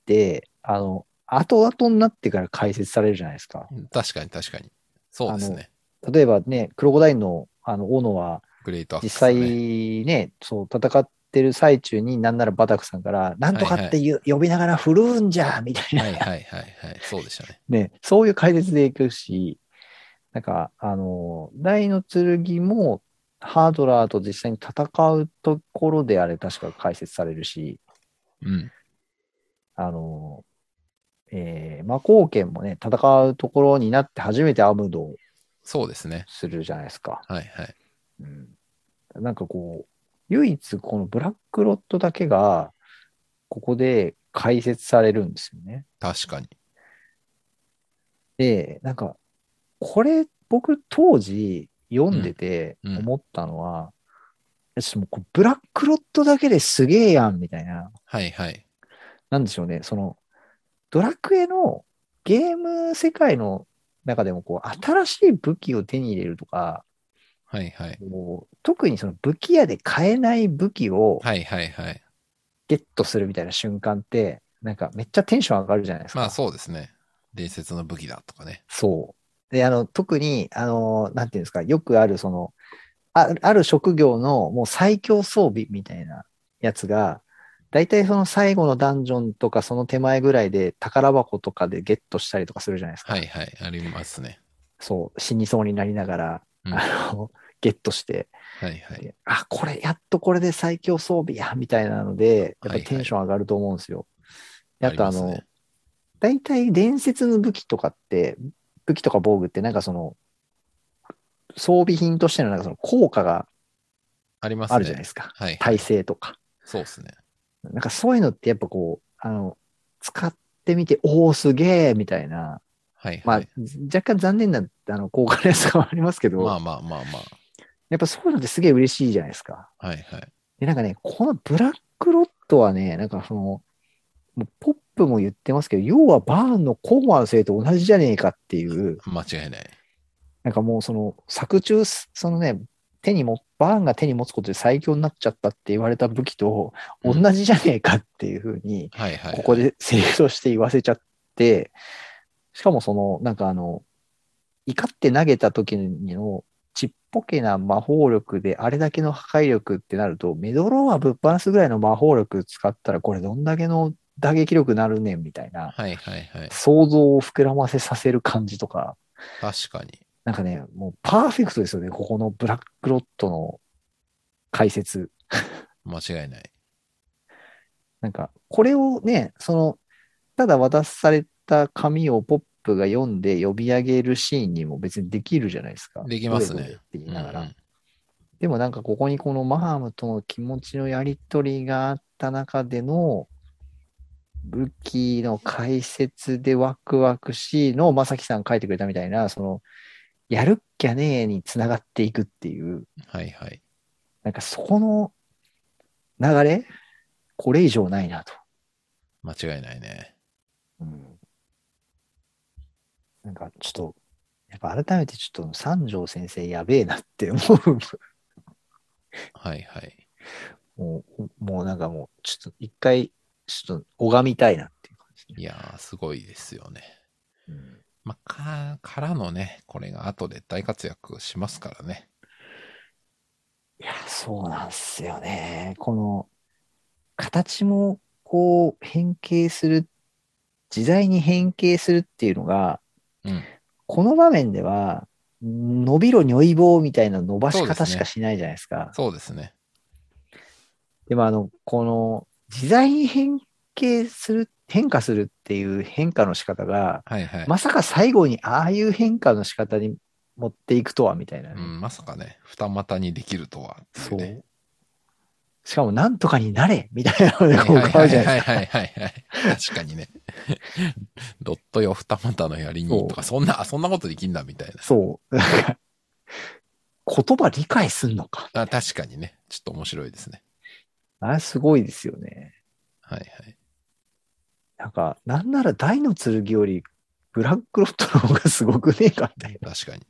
あの、後々になってから解説されるじゃないですか。 確かに確かに。そうあの、 ですね。 例えばね、クロコダインの、あの、斧は、 グレートアッ実クスね。 際ね、そう、戦ってる最中になんならバタクさんから、なんとかってはいはい。 呼びながら振るうんじゃみたいな。 はいはいはいはい。そうでしたね。 ね、そういう解説でいくし、なんか、あの、大の剣も、ハードラーと実際に戦うところであれ確か解説されるし、 うん。 あの、えー、魔鋼剣もね、戦うところになって初めてアムドをそうですね。 するじゃないですか。 はいはい。 うん、なんかこう、唯一このブラックロットだけが、ここで解説されるんですよね。 確かに。 で、なんか、これ、僕当時読んでうん。 てうん。 思ったのは、私もうこうブラックロットだけですげえやん、みたいな。 はいはい。 なんでしょうね。その、ドラクエのゲーム世界の中でも、こう、新しい武器を手に入れるとか、 はいはい。 こう特にその武器屋で買えない武器をはいはいはい。 ゲットするみたいな瞬間って、なんかめっちゃテンション上がるじゃないですまあか。 そうですね。伝説の武器だとかね。 そう。で、あの、特に、あの、なんていうんですか、よくある、その、あある職業のもう最強装備みたいなやつが、大体その最後のダンジョンとかその手前ぐらいで宝箱とかでゲットしたりとかするじゃないですか。 はいはい。ありますね。 そう、死にそうになりながら、 うん。 あの、ゲットして、 はいはい。 であ、これ、やっとこれで最強装備や、みたいなので、やっぱテンショはいはい。 ン上がると思うんですよ。でああとあの、 りますね。 大体伝説の武器とかって、武器とか防具ってなんかその、装備品としてのなんかその効果がありまあすね。 るじゃないですか。耐はいはい。 性とか。 そうですね。 なんかそういうのってやっぱこう、あの、使ってみて、おお、すげえ、みたいな。まあ、 はいはい。 若干残念な、あの、効果のやつがありますけど、 まあまあまあまやっぱそういうのってすげえ嬉しいじゃないですか。 あ。はいはい。 で、なんかね、このブラックロットはね、なんかその、もうポップも言ってますけど、要はバーンのコンワン性と同じじゃねえかっていう、 間違いない。 なんかもうその作中、そのね、手にも、バーンが手に持つことで最強になっちゃったって言われた武器と同うん。 じじゃねえかっていうふうに、 はいはいはい。 ここでセリフとして言わせちゃって、 しかもその、なんかあの、怒って投げた時のちっぽけな魔法力であれだけの破壊力ってなると、メドローアぶっ放すぐらいの魔法力使ったらこれどんだけの打撃力なるねんみたいな、 はいはいはい。 想像を膨らませさせる感じとか、 確かに。 なんかね、もうパーフェクトですよね、ここのブラックロットの解説。 間違いない。 なんか、これをね、その、ただ渡された紙をポップが読んで呼び上げるシーンにも別にできるじゃないですか。 できますね。 どれどれって言いながら。 うんうん、 でもなんかここにこのマハムとの気持ちのやりとりがあった中での武器の解説でワクワクしのまさきさん書いてくれたみたいな、そのやるっきゃねえにつながっていくっていう、 はいはい。 なんかそこの流れ、これ以上ないなと。 間違いないね。 うん、なんかちょっと、やっぱ改めてちょっと三条先生やべえなって思う。 はいはい。 もう、もうなんかもう、ちょっと一回、ちょっと拝みたいなっていう感じ、ね。 いやー、すごいですよね。 うん、 まあ、か、からのね、これが後で大活躍しますからね。 いや、そうなんですよね。この、形もこう変形する、自在に変形するっていうのが、 うん。 この場面では、伸びろ如意棒みたいな伸ばし方しかそうですね。 しないじゃないですか。 そうですね。 でもあの、この自在に変形する、変化するっていう変化の仕方が、 はいはい。 まさか最後にああいう変化の仕方に持っていくとは、みたいなね。 うん、まさかね、二股にできるとはっていうね。 そう。しかも、なんとかになれみたいなので、 はいこう変わるじはいはいゃないですか。 はいはいはいはい。確かにね。ドットよ二股の槍にとか、 そう。 そんな、そんなことできんだみたいな。 そう。なんか言葉理解すんのか。 あ、確かにね。ちょっと面白いですね。 あれすごいですよね。 はいはい。 なんか、なんなら大の剣より、ブラックロットの方がすごくねえかみたいな。 確かに。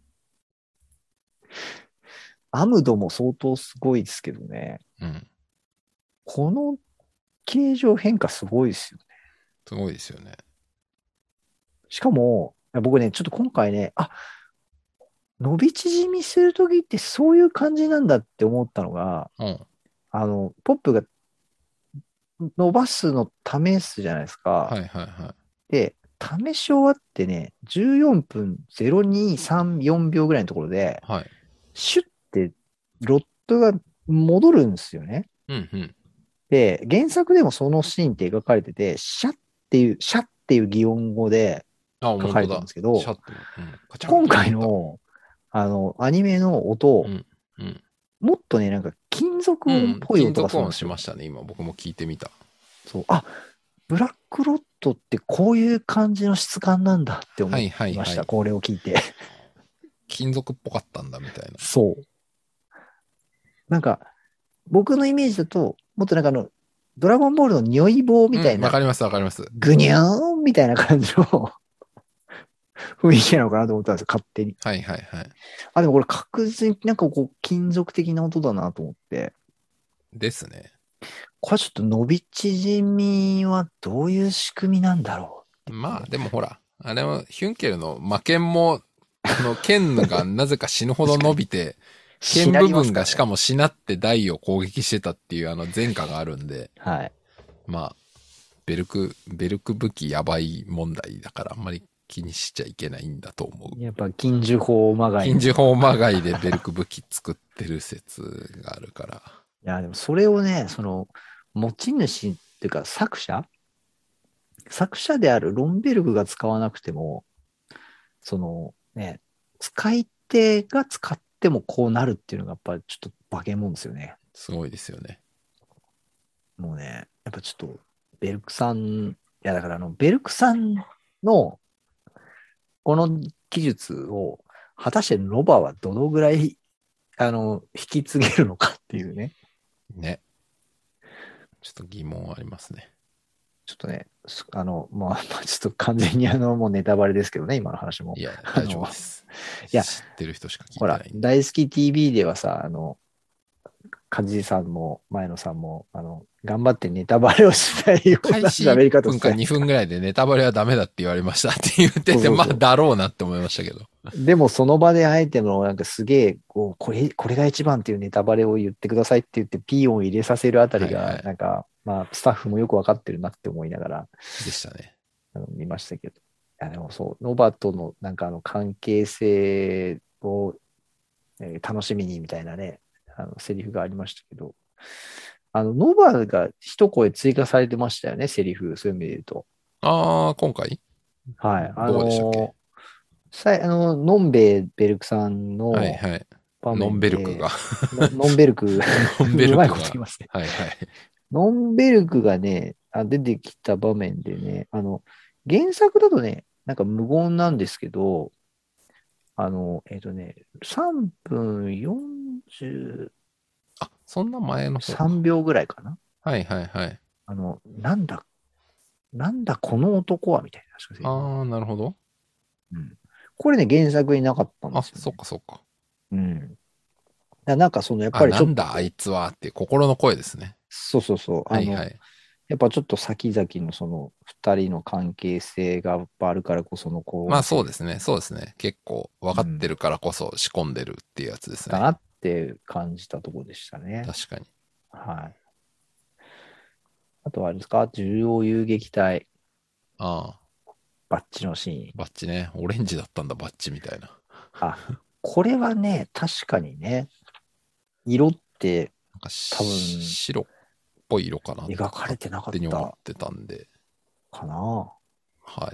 アムドも相当すごいですけどね。 うん。 この形状変化すごいですよね。 すごいですよね。 しかも、僕ね、ちょっと今回ね、あ、伸び縮みするときってそういう感じなんだって思ったのが、 うん。 あの、ポップが伸ばすの試すじゃないですか。 はいはいはい。 で、試し終わってね、じゅうよんぷんゼロにさんよんびょうぐらいのところで、 はい。 シュッてロットが戻るんですよね。 うんうん。 で、原作でもそのシーンって描かれてて、シャッっていう、シャッっていう擬音語であ、 書かれてるん本当だ。 ですけど、 シャッと、うん。カチャンっ今てなった。 回の、あの、アニメの音、 うん。うん。 もっとね、なんか金属うん。 音っぽい音が金属音するんですよ。 しましたね。今僕も聞いてみた。 そう。あ、ブラックロットってこういう感じの質感なんだって思はいはいました。 いはい。 これを聞いて。 金属っぽかったんだみたいな。 そう。なんか、僕のイメージだと、もっとなんかあの、ドラゴンボールの如意棒みうん。わたいな、 かりますわかります。 ぐにゃーんみたいな感じの雰囲気なのかなと思ったんですよ、勝手に。 はいはいはい。 あ、でもこれ確実になんかこう、金属的な音だなと思って。 ですね。 これちょっと伸び縮みはどういう仕組みなんだろうってまあでもほら、あれはヒュンケルの魔剣も、あの剣がなぜか死ぬほど伸びて、 しな剣部りますからね。 分がしかもしなって台を攻撃してたっていうあの前科があるんで、 はい。 まあ、ベルク、ベルク武器やばい問題だからあんまり気にしちゃいけないんだと思う。 やっぱ金樹砲まがいの。 禁樹法まがいでベルク武器作ってる説があるから。 いや、でもそれをね、その、持ち主っていうか作者作者であるロンベルグが使わなくても、そのね、使い手が使ってもこうなるっていうのがやっぱりちょっと化け物ですよね。 すごいですよね。 もうね、やっぱちょっと、ベルクさん、いやだからあの、ベルクさんのこの技術を果たしてロバはどのぐらい、あの、引き継げるのかっていうね。 ね。ちょっと疑問ありますね。 ちょっとね、あの、まあ、まあ、ちょっと完全にあの、もうネタバレですけどね、今の話も。 いや、 あ大丈夫の、 です。 いや、 知ってる人しか聞いほら、 てないんで。 大好き ティーブイ ではさ、あの、 梶さんも前野さんも、あの、頑張ってネタバレをしないような喋り方をして。いっぷんかにふんぐらいでネタバレはダメだって言われましたって言ってて、そうそうそうまあ、だろうなって思いましたけど。 でも、その場であえての、なんかすげえ、こう、これ、これが一番っていうネタバレを言ってくださいって言って、ピー音入れさせるあたりが、なんか、はいはい、まあ、スタッフもよくわかってるなって思いながら、 でしたね。 あの見ましたけど。いや、でもそう、ノバとのなんかあの関係性を、えー楽しみにみたいなね、あのセリフがありましたけど、あの、ノバが一声追加されてましたよね、セリフ、そういう意味で言うと。 ああ、今回はい。あどうでしたっけ？ さいあの、ノンベイベルクさんはいのはい。 場ノン面で、 ベルクがのノンベルク、 ノンベルクが。 うまいこと言いますね。 はいはい。 ノンベルクがね、あ出てきた場面でね、あの、原作だとね、なんか無言なんですけど、あの、えっ、とね、さんぷんよんじゅあ、そんな前のうさんびょうぐらいかな。 はいはいはい。 あの、なんだ、なんだこの男はみたいな。ああ、なるほど。 うん。これね、原作になかったんであ、 すよね。 そっかそっか。 うん。だなんかその、やっぱあ、 りなんだあいつはって心の声ですね。 そうそうそう。あの、 はいはい。 やっぱちょっと先々のその二人の関係性がやっぱあるからこそのこまあうセリフそうですね。そうですね。結構分かってるからこそ仕込んでるっていうやつですね。 だなって感じたところでしたね。 確かに。 はい。あとはあれですか、重要遊撃隊、 ああ、 バッジのシーン。 バッチね。オレンジだったんだ、バッチみたいな。 あ、これはね、確かにね、色ってなんか多分白っぽい色かなって描かれてなかっ勝手に思たってたんで。 かな。 はい。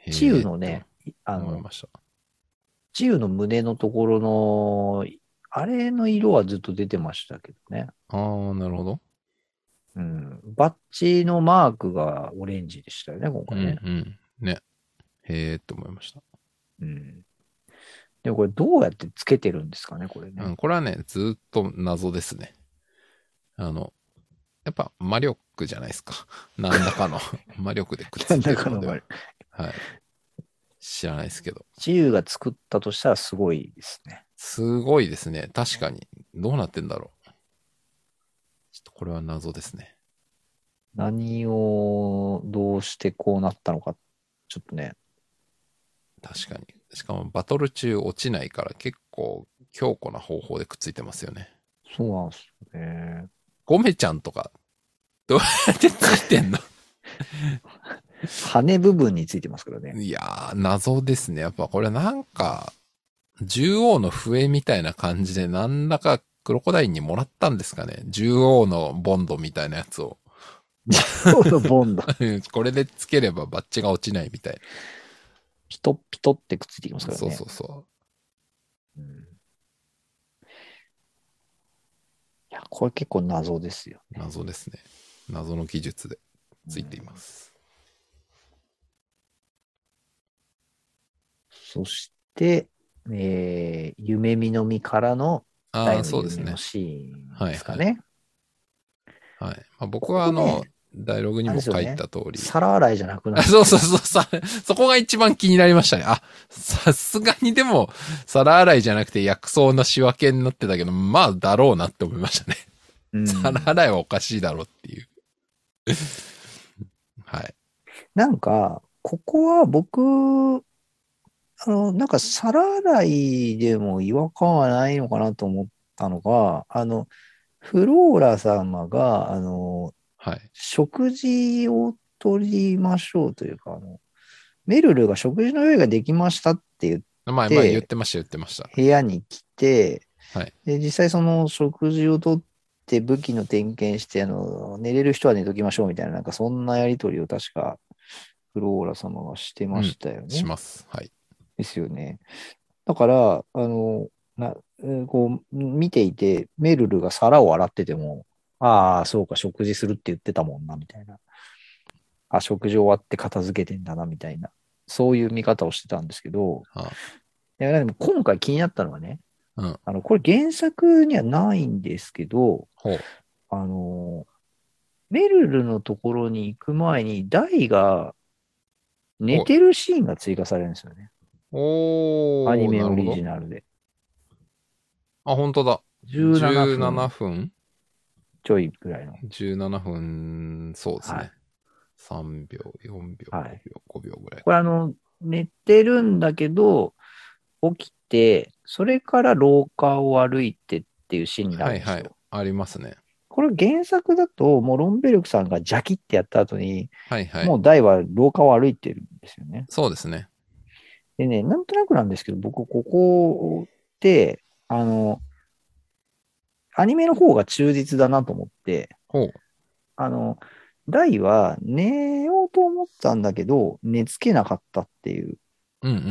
治癒へえってのね、あの、 思いました。 治癒の胸のところの、あれの色はずっと出てましたけどね。 ああ、なるほど。 うん。バッジのマークがオレンジでしたよね、今うん回ね。 うん。ね。へえって思いました。 うん。でもこれどうやってつけてるんですかね、これね。 うん、これはね、ずっと謎ですね。あの、やっぱ魔力じゃないですか。何らかの魔力でくっついてるのでは。はい。知らないですけど。 治癒が作ったとしたらすごいですね。 すごいですね。確かに。どうなってんだろう。ちょっとこれは謎ですね。 何をどうしてこうなったのか、ちょっとね。 確かに。しかもバトル中落ちないから結構強固な方法でくっついてますよね。 そうなんですよね。 ゴメちゃんとか、どうやってついてんの？ 羽部分についてますからね。 いやー、謎ですね。やっぱこれなんか、獣王の笛みたいな感じで何らかクロコダインにもらったんですかね。獣王のボンドみたいなやつを。 獣王のボンド。 これでつければバッチが落ちないみたいピトッピトってくっついてきますかな。 らね。 そうそうそう。 うん、いや、これ結構謎ですよね。 謎ですね。謎の技術でついています。 うん、そして、えー、夢見のみからの大の夢のシーンですかね。 はい。まあ、僕はあの、ダイログにも書いた通り。 ね、皿洗いじゃなくなる。 そうそうそうさ、そこが一番気になりましたね。あ、さすがにでも、皿洗いじゃなくて薬草の仕分けになってたけど、まあ、だろうなって思いましたね。うん、皿洗いはおかしいだろうっていう。はい。 なんか、ここは僕、あの、なんか皿洗いでも違和感はないのかなと思ったのが、あの、フローラ様が、あの、 はい、 食事を取りましょうというか、あの、メルルが食事の用意ができましたって言って、 まあまあ言ってました、言ってました。 部屋に来て、 はい、 で実際その食事をとって武器の点検して、あの、寝れる人は寝ときましょうみたいな、なんかそんなやりとりを確かフローラ様はしてましたよね。うん、 します。はい。 ですよね。だから、あの、な、こう、見ていて、メルルが皿を洗ってても、ああ、そうか、食事するって言ってたもんな、みたいな。あ、食事終わって片付けてんだな、みたいな。そういう見方をしてたんですけど、はあ、いやでも今回気になったのはね、うん、あの、これ原作にはないんですけど、あの、メルルのところに行く前に、ダイが寝てるシーンが追加されるんですよね。 おー。 アニメオリジナルで。 あ、本当だ。 じゅうななふん。 じゅうななふんちょいぐらいの。 じゅうななふん、そうですね。 はい、 さんびょう、よんびょう、 はい、 ごびょう、ごびょうぐらい。 これあの、寝てるんだけど、起きて、それから廊下を歩いてっていうシーンになはいはい。 るんですよ。 ありますね。 これ原作だと、もうロンベルクさんがジャキってやった後に、 はいはい。 もう大は廊下を歩いてるんですよね。 そうですね。 でね、なんとなくなんですけど、僕、ここで、あの、アニメの方が忠実だなと思って、 ほう。 あの、大は寝ようと思ったんだけど、寝つけなかったっていう。 うんうんうん。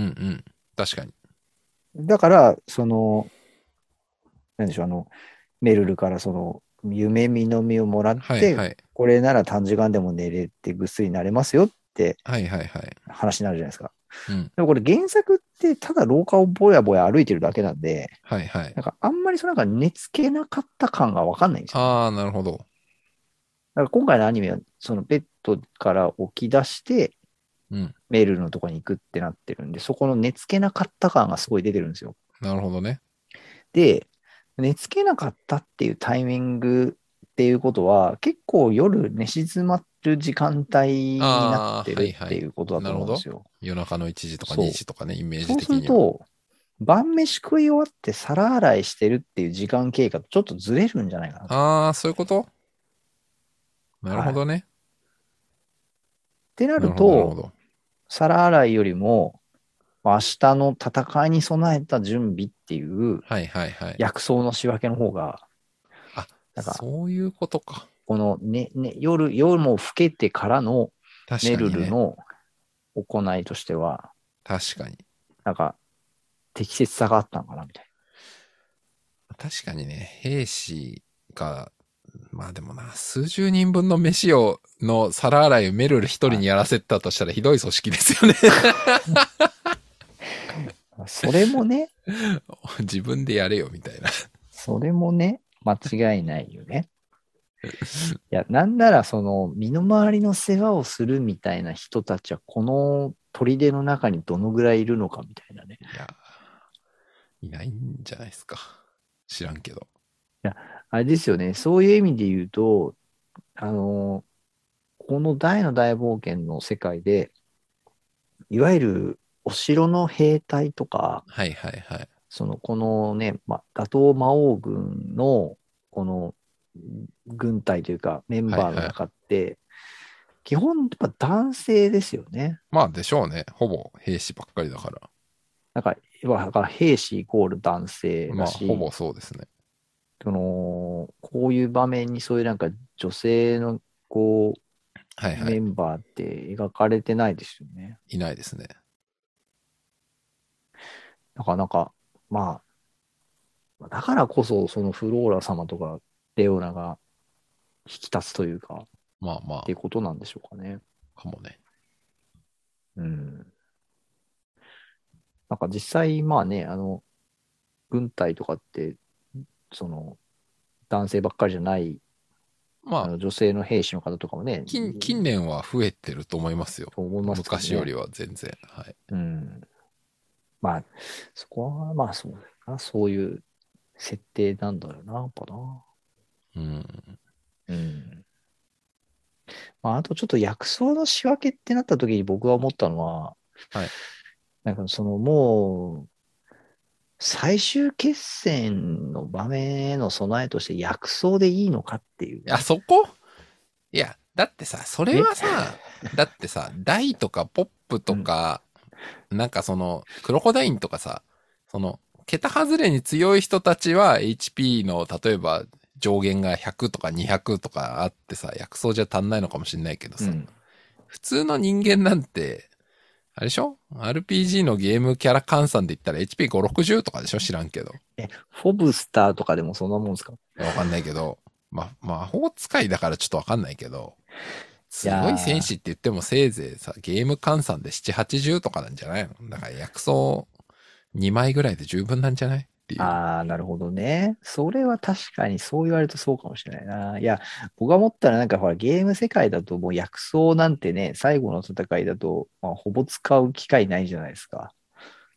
確かに。 だから、その、なんでしょう、あの、メルルからその、夢見の実をもらって、 はいはい。 これなら短時間でも寝れてぐっすりになれますよってはいはいはい。 話になるじゃないですか。 うん。 でもこれ原作ってただ廊下をぼやぼや歩いてるだけなんで、 はいはい。 なんかあんまりそのなんか寝つけなかった感がわかんないんですよね。 ああ、なるほど。 だから今回のアニメは、そのベッドから起き出して、 うん。 メルルのとこに行くってなってるんで、そこの寝つけなかった感がすごい出てるんですよ。 なるほどね。 で、寝つけなかったっていうタイミングっていうことは、結構夜寝静まる時間帯になっああ、 てるってはいはい。 いうことだとなるほど。 思うんですよ。 夜中のいちじとか2 そう。 時とかね、イメージそうす的には。 ると、晩飯食い終わって皿洗いしてるっていう時間経過とちょっとずれるんじゃないかなと。 ああ、そういうこと？なるはい。っほどね。 てななるほど、なるほると、 ど。 皿洗いよりも、明日の戦いに備えた準備っていうはいはいはい。 薬草の仕分けの方が、 あ、 なんか、 そういうことか。 このね、ね、夜、夜も更けてからのメ確かにね。 ルルの行いとしては、 確かに。 なんか、適切さがあったのかな、みたい確かにね、兵士が、まあでもな、数十人分の飯を、の皿洗いをメルル一な。はい。 人にやらせたとしたらひどい組織ですよね。 それもね、 自分でやれよ、みたいな。 それもね、間違いないよね。いや、なんならその身の回りの世話をするみたいな人たちはこの砦の中にどのぐらいいるのかみたいなね。 いや、いないんじゃないですか。知らんけど。 いや、あれですよね。そういう意味で言うと、あの、この大の大冒険の世界で、いわゆるお城の兵隊とか、 はいはいはい。 その、このね、ま、打倒魔王軍の、この、軍隊というか、メンはいはい。 バーの中って、基本、やっぱ男性ですよね。 まあでしょうね。ほぼ兵士ばっかりだから。 なんか、要はだから兵士イコール男性まあ、ほだし、 ぼそうですね。 その、こういう場面にそういうなんか女性のこう、 はいはい。 メンバーって描かれてないですよね。 いないですね。 なかなか、まあ、だからこそ、そのフローラ様とかレオナが引き立つというか、っまあまあ、 ていうことなんでしょうかね。 かもね。 うん。なんか実際、まあね、あの、軍隊とかって、その、男性ばっかりじゃない、 まあ、 あの女性の兵士の方とかもね、 近、近年は増えてると思いますよ。 と思いますけどね。 昔よりは全然。はい。 うん。まあ、そこは、まあそうだよな。そういう設定なんだよな、やっぱな。 うん。 うん。まあ、あとちょっと薬草の仕分けってなった時に僕が思ったのは、 はい。 なんかそのもう、最終決戦の場面への備えとして薬草でいいのかっていうあ、 ね。 そこ？いや、だってさ、それえはさ、だってさ、ダイとかポップうん。 とか、なんかその、クロコダインとかさ、その、桁外れに強い人たちは エイチピー の、例えば上限がひゃくとかにひゃくとかあってさ、薬草じゃ足んないのかもしんないけどさ、 うん。 普通の人間なんて、あれでしょ？ アールピージー のゲームキャラ換算で言ったら エイチピーごひゃくろくじゅう とかでしょ？知らんけど。 え、フォブスターとかでもそんなもんですか？ いやわかんないけど、ま、魔法使いだからちょっとわかんないけど、 い強い戦や士って言ってもせいぜいさ、ゲーム換算でななじゅう、はちじゅうとかなんじゃないの？だから薬草にまいぐらいで十分なんじゃないってー、 いう。 ああ、なるほどね。それは確かにそう言われるとそうかもしれないな。いや、僕が思ったらなんかほらゲーム世界だともう薬草なんてね、最後の戦いだと、まあ、ほぼ使う機会ないじゃないですか。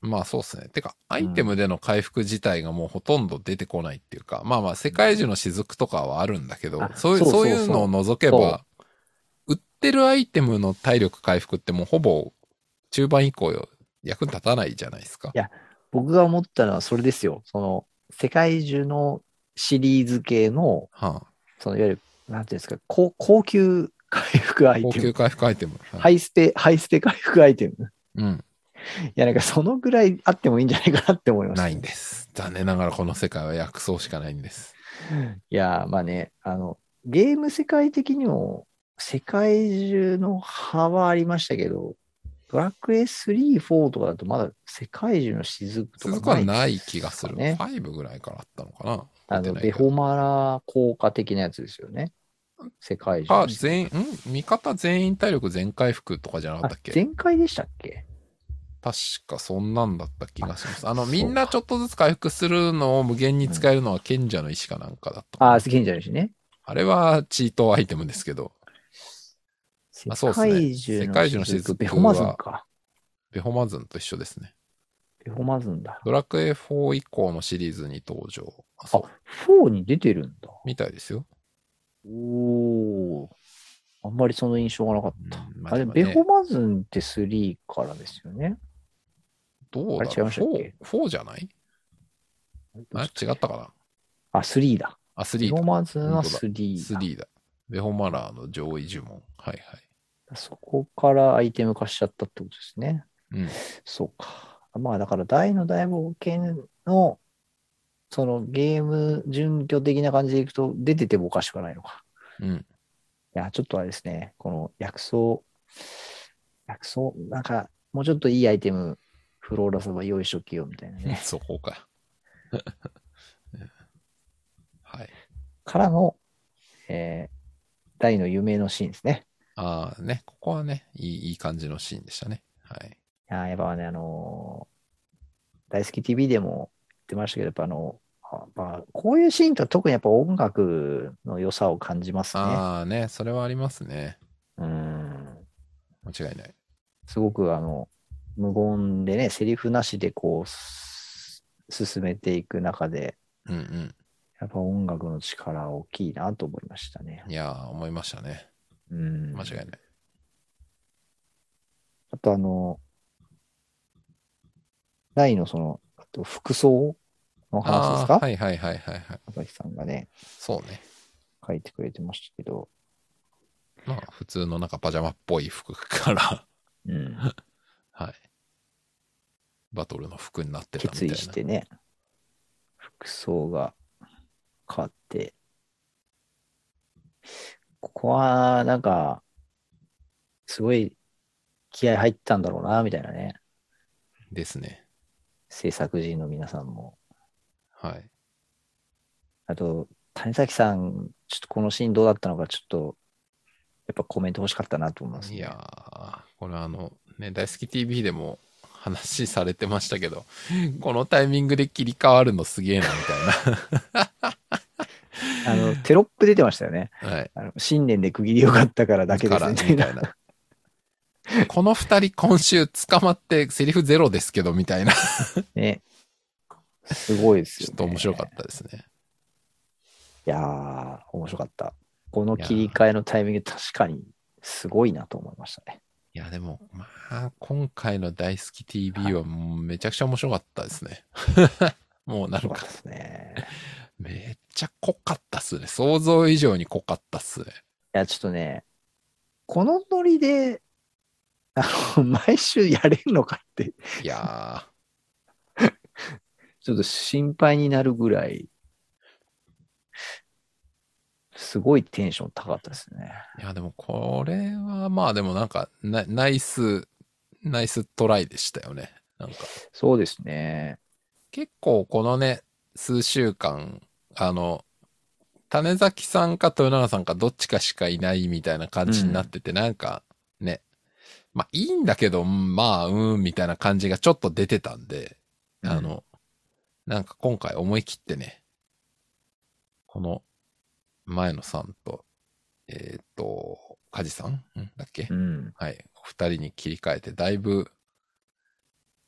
まあそうですね。てか、アイテムでの回復自体がもうほとんど出てこないっていうか、うん、まあまあ世界中の雫とかはあるんだけど、そういう、そういうのを除けば、売ってるアイテムの体力回復ってもうほぼ中盤以降役に立たないじゃないですか。 いや、僕が思ったのはそれですよ。その、世界中のシリーズ系の、はあ、そのいわゆる、なんていうんですか、高高級回復アイテム。 高級回復アイテム。 はい、ハイスペ、ハイスペ回復アイテム。 うん。 いや、なんかそのぐらいあってもいいんじゃないかなって思いました、 ね。ないんです。残念ながらこの世界は薬草しかないんです。 いや、まあね、あの、ゲーム世界的にも世界中の幅はありましたけど、ドラクエスリー、フォーとかだとまだ世界中の雫とかない、ね。 雫はない気がする。ごぐらいからあったのかな。 あの、ベホマラ効果的なやつですよね。世界中あ、全員、ん味方全員体力全回復とかじゃなかったっけ？ 全回でしたっけ？ 確かそんなんだった気がします。あの、みんなちょっとずつ回復するのを無限に使えるのは賢者の石かなんかだったかな。 ああ、賢者の石ね。 あれはチートアイテムですけど。 世界中の雫、世界中の雫はベホマズンか。 ベホマズンと一緒ですね。 ベホマズンだ。 ドラクエフォー以降のシリーズに登場。 あ、そう。フォーに出てるんだ。 みたいですよ。 おー。あんまりその印象がなかった。うんまあね、あれ、ベホマズンってスリーからですよね。 どうだろう？あれ違いましたっけ？ フォー じゃない？あれ違ったかな？ あ、スリーだ。 あ、スリーだ。 ベホマズンはスリーだ。 スリーだ。ベホマラーの上位呪文。はいはい。 そこからアイテム化しちゃったってことですね。 うん。 そうか。まあだから大の大冒険のそのゲーム準拠的な感じでいくと出ててもおかしくないのか。 うん。 いや、ちょっとあれですね。この薬草、薬草、なんかもうちょっといいアイテムフローラスは用意しときよみたいなね。 そこか。はい。 からの、えー、大の夢のシーンですね。 ああね、ここはね、いい、いい感じのシーンでしたね。はい。 いや、やっぱね、あのー、大好き ティーブイ でも言ってましたけど、やっぱあの、やっぱこういうシーンと特にやっぱ音楽の良さを感じますね。 ああね、それはありますね。 うん。 間違いない。 すごくあの、無言でね、セリフなしでこう、進めていく中で、 うんうん。 やっぱ音楽の力大きいなと思いましたね。 いやー、思いましたね。 うん。 間違いない。 あとあの、大のその、あと服装の話ですか？ はいはいはいはいはい。 朝日さんがね。 そうね。 書いてくれてましたけど。 まあ、普通のなんかパジャマっぽい服からうん。 はい。バトルの服になってたみたいな。 決意してね、服装が変わって、ここはなんか、すごい気合入ったんだろうな、みたいなね。 ですね。 制作陣の皆さんも。 はい。 あと、谷崎さん、ちょっとこのシーンどうだったのか、ちょっと、やっぱコメント欲しかったなと思います、ね。 いやー、これあの、ね、大好き ティーブイ でも話されてましたけど、このタイミングで切り替わるのすげえな、みたいな。 あの、テロップ出てましたよね。 はい。 あの新年で区切りよかったからだけですね、みたいな。 この二人今週捕まってセリフゼロですけど、みたいな。 ね。すごいですよね。 ちょっと面白かったですね。 いやー、面白かった。この切り替えのタイミング確かにすごいなと思いましたね。 いや、でも、まあ、今回の大好き ティーブイ はもうめちゃくちゃ面白かったですね。もうなんか、 ですね、 めっちゃ濃かったっすね。想像以上に濃かったっすね。いや、ちょっとね、このノリで、あの、毎週やれるのかって。 いやー。ちょっと心配になるぐらい、すごいテンション高かったですね。 いや、でもこれはまあでもなんかナ、ナイス、ナイストライでしたよね。なんか。 そうですね。 結構このね、数週間、あの、種崎さんか豊永さんかどっちかしかいないみたいな感じになってて、うん、なんかね、まあいいんだけど、まあ、うん、みたいな感じがちょっと出てたんで、うん、あの、なんか今回思い切ってね、この前野さんと、えっと、梶さんだっけ、 うん、 はい。お二人に切り替えて、だいぶ、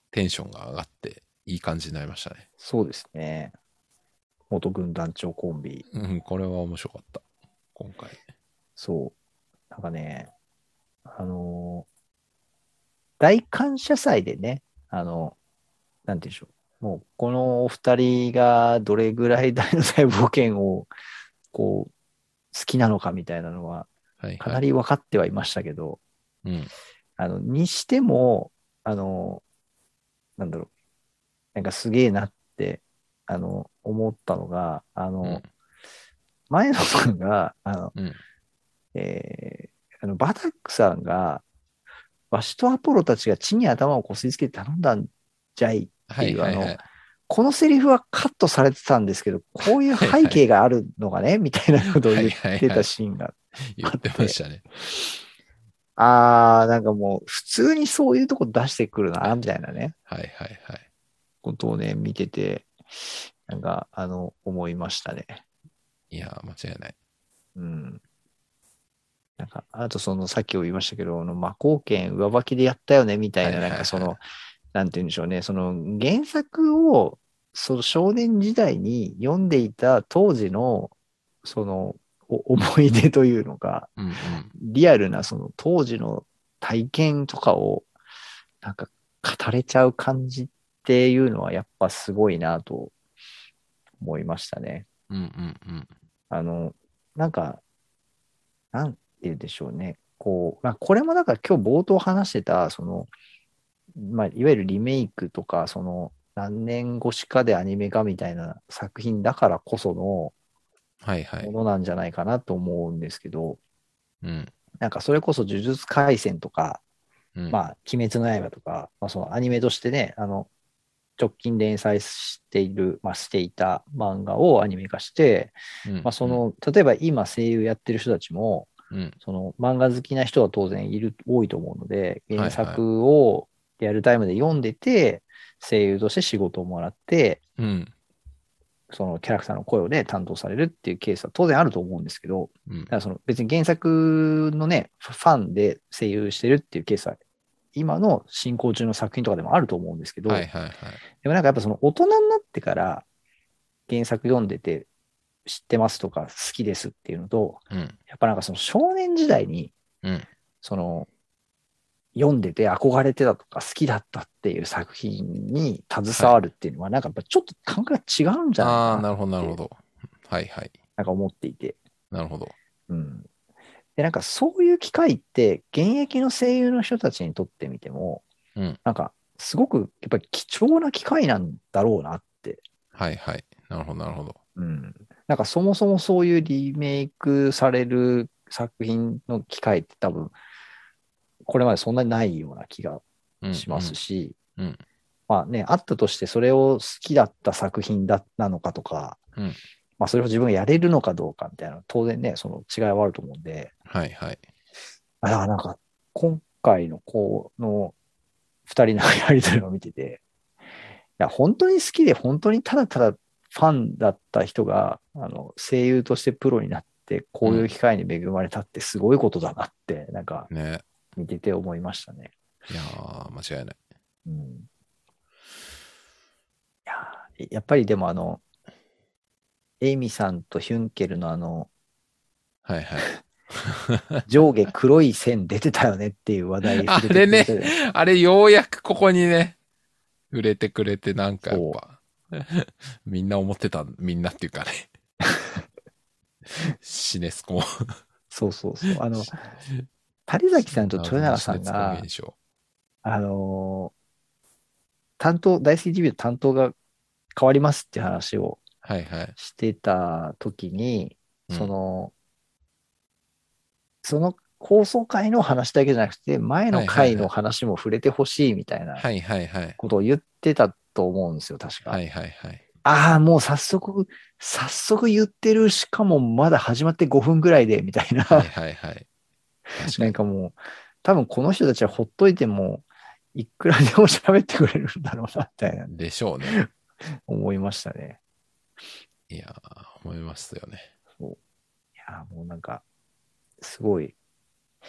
テンションが上がっていい感じになりましたね。 そうですね。元軍団長コンビ。 うん、これは面白かった。今回。 そう。なんかね、あのー大感謝祭でね、あの、なんて言うんでしょう。もう、このお二人がどれぐらい大の大冒険を、こう、好きなのかみたいなのは、かなはいはい。 り分かってはいましたけど、 うん。 あの、にしても、あの、なんだろう、なんかすげえなって、あの、思ったのが、あの、 うん。 前野さんが、あの、 うん。 えーあのバタックさんが、ワシとアポロたちが地に頭をこすりつけて頼んだんじゃいってはいいう、あの、 はいはい。 このセリフはカットされてたんですけど、こういうはいはい。 背景があるのがね、みたいなことをはい言ってたはいはい。 シーンが言ってましあって、 たね。 あー、なんかもう普通にそういうとこ出してくるな、みたいなね、 はいはいはい。 ことをね、見てて、なんか、あの、思いましたね。 いやー、間違いない。 うん。なんか、あとその、さっきも言いましたけど、あの魔法剣上履きでやったよね、みたいな、 はいなんはいはい。 かその、なんて言うんでしょうね、その原作を、その少年時代に読んでいた当時の、その、お思い出というのが、 うんうん。 リアルなその当時の体験とかを、なんか語れちゃう感じっていうのはやっぱすごいなと思いましたね。 うんうんうん。 あの、なんか、なんて言うんでしょうね。こう、まあ、これもだから今日冒頭話してた、その、まあ、いわゆるリメイクとか、その、何年越しかでアニメ化みたいな作品だからこそのはいはい。 ものなんじゃないかなと思うんですけど、 うん。 なんかそれこそ呪術廻戦とか、 うん。 まあ、鬼滅の刃とか、まあ、そのアニメとしてね、あの、直近連載している、まあ、していた漫画をアニメ化して、 うん。 まあ、そうん。 の、例えば今声優やってる人たちも、 うん。 その漫画好きな人は当然いる、多いと思うので、原はいはい。 作をリアルタイムで読んでて、声優として仕事をもらって、 うん。 そのキャラクターの声をね、担当されるっていうケースは当然あると思うんですけど、 うん。 だからその別に原作のね、ファンで声優してるっていうケースは、今の進行中の作品とかでもあると思うんですけど、 はいはいはい。 でもなんかやっぱその大人になってから原作読んでて知ってますとか好きですっていうのと、 うん。 やっぱなんかその少年時代に、 うん。 その読んでて憧れてたとか好きだったっていう作品にはい。 携わるっていうのは、なんかやっぱちょっと感覚が違うんじゃないかああ、 なっなるほどなるほて、 ど。はいはい。 なんか思っていて。 なるほど。 うん。で、なんかそういう機会って、現役の声優の人たちにとってみても、 うん。 なんかすごくやっぱり貴重な機会なんだろうなって。 はいはい。なるほどなるほど。 うん。なんかそもそもそういうリメイクされる作品の機会って多分、これまでそんなにないような気がしまうんうん。 すし、 うん。 まあね、あったとしてそれを好きだった作品だなのかとか、 うん。 まあそれを自分がやれるのかどうかみたいな、当然ね、その違いはあると思うんで、 はいはい。 あ、だからなんか今回のこの二人のやりとりを見てて、いや、本当に好きで本当にただただファンだった人が、あの、声優としてプロになって、こういううん。 機会に恵まれたってすごいことだなって、なんかね。 見てて思いましたね。 いやー、間違いない。 うん、いや、やっぱりでもあの、エイミさんとヒュンケルのあの、 はいはい。 上下黒い線出てたよねっていう話題触れてくれあれね、 たじゃないですか。 あれようやくここにね、触れてくれてなんかやっそう。 ぱ、みんな思ってた、みんなっていうかね、シネスコもそうそうそう。あの、谷崎さんと豊永さ謎のシネスコんが、 現象。 あのー担当、大好き ティーブイ の担当が変わりますって話をはいはい。 してた時に、 うん。 その、その放送回の話だけじゃなくて、前のはいはい回はい。 の話も触れてほしいみたいなはいはいはい。 ことを言ってたと思うんですよ、確か。 はいはいはい。 ああ、もう早速、早速言ってる、しかもまだ始まってごふんぐらいで、みたいはいな。 はいはい。確かに。 なんかもう、多分この人たちはほっといても、いくらでも喋ってくれるんだろうな、みたいな、 でしょうね。 思いましたね。 いやー、思いますよね。 そう。いやー、もうなんか、すごい、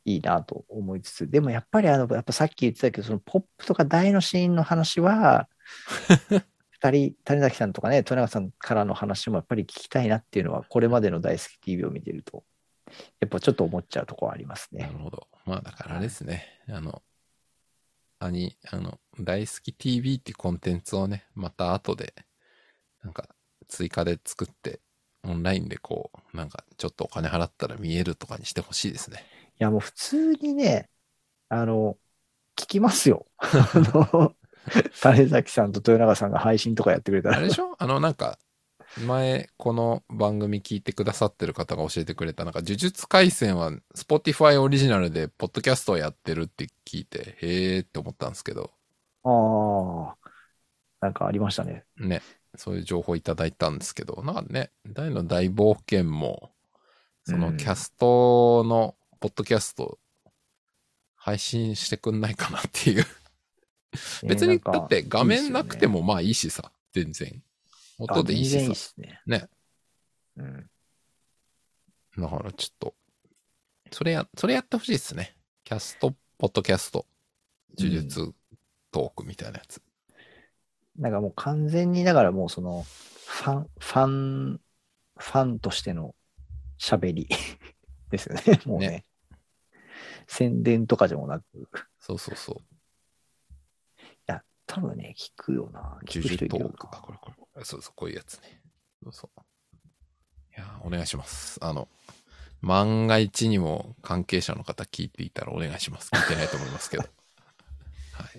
いいなと思いつつ、でもやっぱりあの、やっぱさっき言ってたけど、そのポップとか大のシーンの話は、二人、谷崎さんとかね、豊永さんからの話もやっぱり聞きたいなっていうのは、これまでの大好き ティーブイ を見てると、やっぱちょっと思っちゃうところはありますね。 なるほど。まあだからあれですね。はい、あの、あに、あの、大好き ティーブイ っていうコンテンツをね、また後で、なんか追加で作って、オンラインでこう、なんかちょっとお金払ったら見えるとかにしてほしいですね。 いやもう普通にね、あの、聞きますよ。あの、種崎さんと豊永さんが配信とかやってくれたら。 あれでしょあの、なんか、前、この番組聞いてくださってる方が教えてくれた、なんか、呪術廻戦は、Spotify オリジナルで、ポッドキャストをやってるって聞いて、へーって思ったんですけど。 ああ、なんかありましたね。 ね。そういう情報いただいたんですけど、なんかね、大の大冒険も、そのキャストの、ポッドキャスト、配信してくんないかなっていう。別に、だって画面なくてもまあいいしさ、全然。音でいいしさ。 全然いいっすね。 ね。 うん。 だからちょっと、それや、それやってほしいですね。キャスト、ポッドキャスト、呪術トークみたいなやつ。 うん、なんかもう完全に、だからもうその、ファン、ファン、ファンとしての喋りですよね。もうね。ね、宣伝とかでもなく。 そうそうそう。 いや、多分ね、聞くよな。 聞く人いるよな。あ、これこれ。そうそう、こういうやつね。そうそう。いや、お願いします。あの、万が一にも関係者の方聞いていたらお願いします。聞いてないと思いますけど。はい。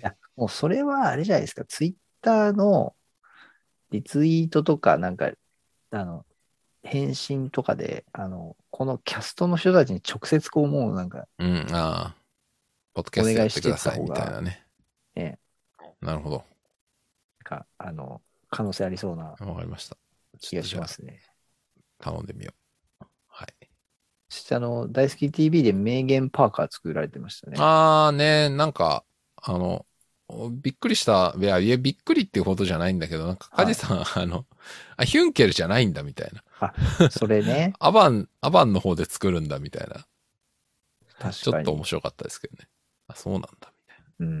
いや、もうそれはあれじゃないですか。ツイッターのリツイートとか、なんか、あの、返信とかで、あの、このキャストの人たちに直接こうもうなんか、 うん、ああ、ポッドキャストやってくださいみたいなね。 ね。 なるほど。なんか、あの、可能性ありそうな。 わかりました。 気がしますね。 頼んでみよう。はい。 そしてあの、大好き ティーブイ で名言パーカー作られてましたね。 あーね、なんか、あの、びっくりした。いや、いや、びっくりっていうほどじゃないんだけど、なんか、カジさん、はい、あの、あ、ヒュンケルじゃないんだ、みたいな。 あ、それね。 アバン、アバンの方で作るんだ、みたいな。 確かに。 ちょっと面白かったですけどね。あ、そうなんだ、みたいな。うん。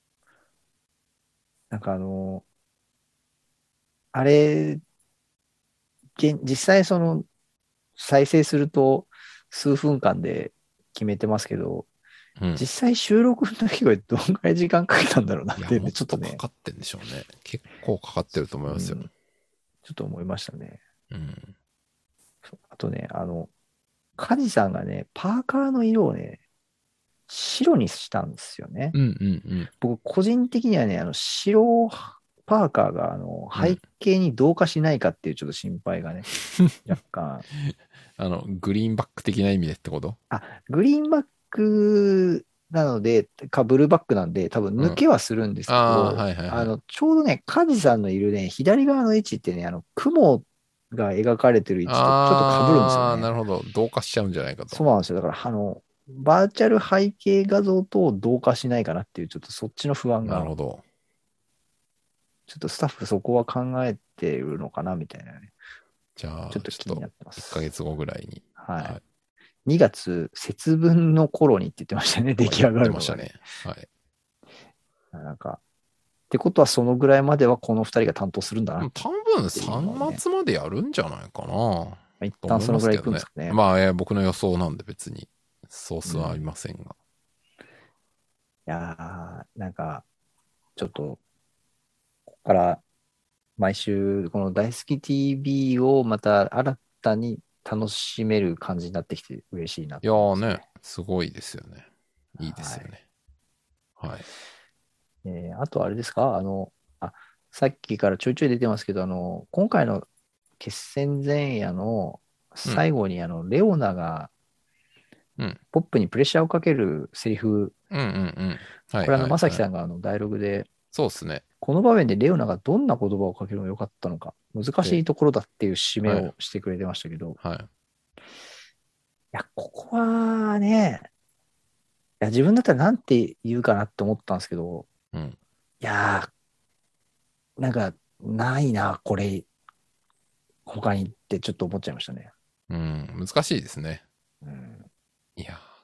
なんかあの、あれ、実際その、再生すると数分間で決めてますけど、うん、実際収録の時はどんぐらい時間かけたんだろうなっていうね、ちょっとね。 かかってんでしょうね。結構かかってると思いますよ。うん、 ちょっと思いましたね。 うん。 あとね、あの、カジさんがね、パーカーの色をね、白にしたんですよね。 うんうんうん。 僕、個人的にはね、あの、白パーカーが、あの、背景に同化しないかっていうちょっと心配がね、うん、若干。 あの、グリーンバック的な意味でってこと？ あ、グリーンバックなので、か、ブルーバックなんで、多分抜けはするんですけど、うん、あ、はいはいはい、あの、ちょうどね、カジさんのいるね、左側の位置ってね、あの、雲が描かれてる位置とちょっと被るんですよね。 ああ、なるほど。同化しちゃうんじゃないかと。 そうなんですよ。だから、あの、バーチャル背景画像と同化しないかなっていう、ちょっとそっちの不安が。 なるほど。 ちょっとスタッフそこは考えてるのかなみたいなね。 じゃあ、ちょっと気になってます。いっかげつごぐらいに。 はい。はい、にがつ節分の頃にって言ってましたね、出来上がるのが、ね。言ってましたね。はい。なんか、ってことはそのぐらいまではこの二人が担当するんだな、 多分さんがつまでやるんじゃないかな。 一旦そのぐらいいくんですかね。 まあ、えー、僕の予想なんで別にソースはありませんが。うん、いやー、なんか、ちょっと、ここから毎週この大好き ティーブイ をまた新たに楽しめる感じになってきて嬉しいなと思います、ね。 いやーね、すごいですよね。いいですよね。はい。はい、 えー、あとあれですかあの、あ、さっきからちょいちょい出てますけど、あの、今回の決戦前夜の最後に、あの、うん、レオナが、ポップにプレッシャーをかけるセリフ。 うんうんうん。はい、 これあの、まさきさんがあの、ダイアログで、 そうですね。 この場面でレオナがどんな言葉をかけるのが良かったのか、難しいところだっていう締めをしてくれてましたけど、 はい。はい、いや、ここはね、いや、自分だったらなんて言うかなって思ったんですけど、 うん、 いやー、なんか、ないな、これ、他にってちょっと思っちゃいましたね。 うん、難しいですね。 うん、 いや、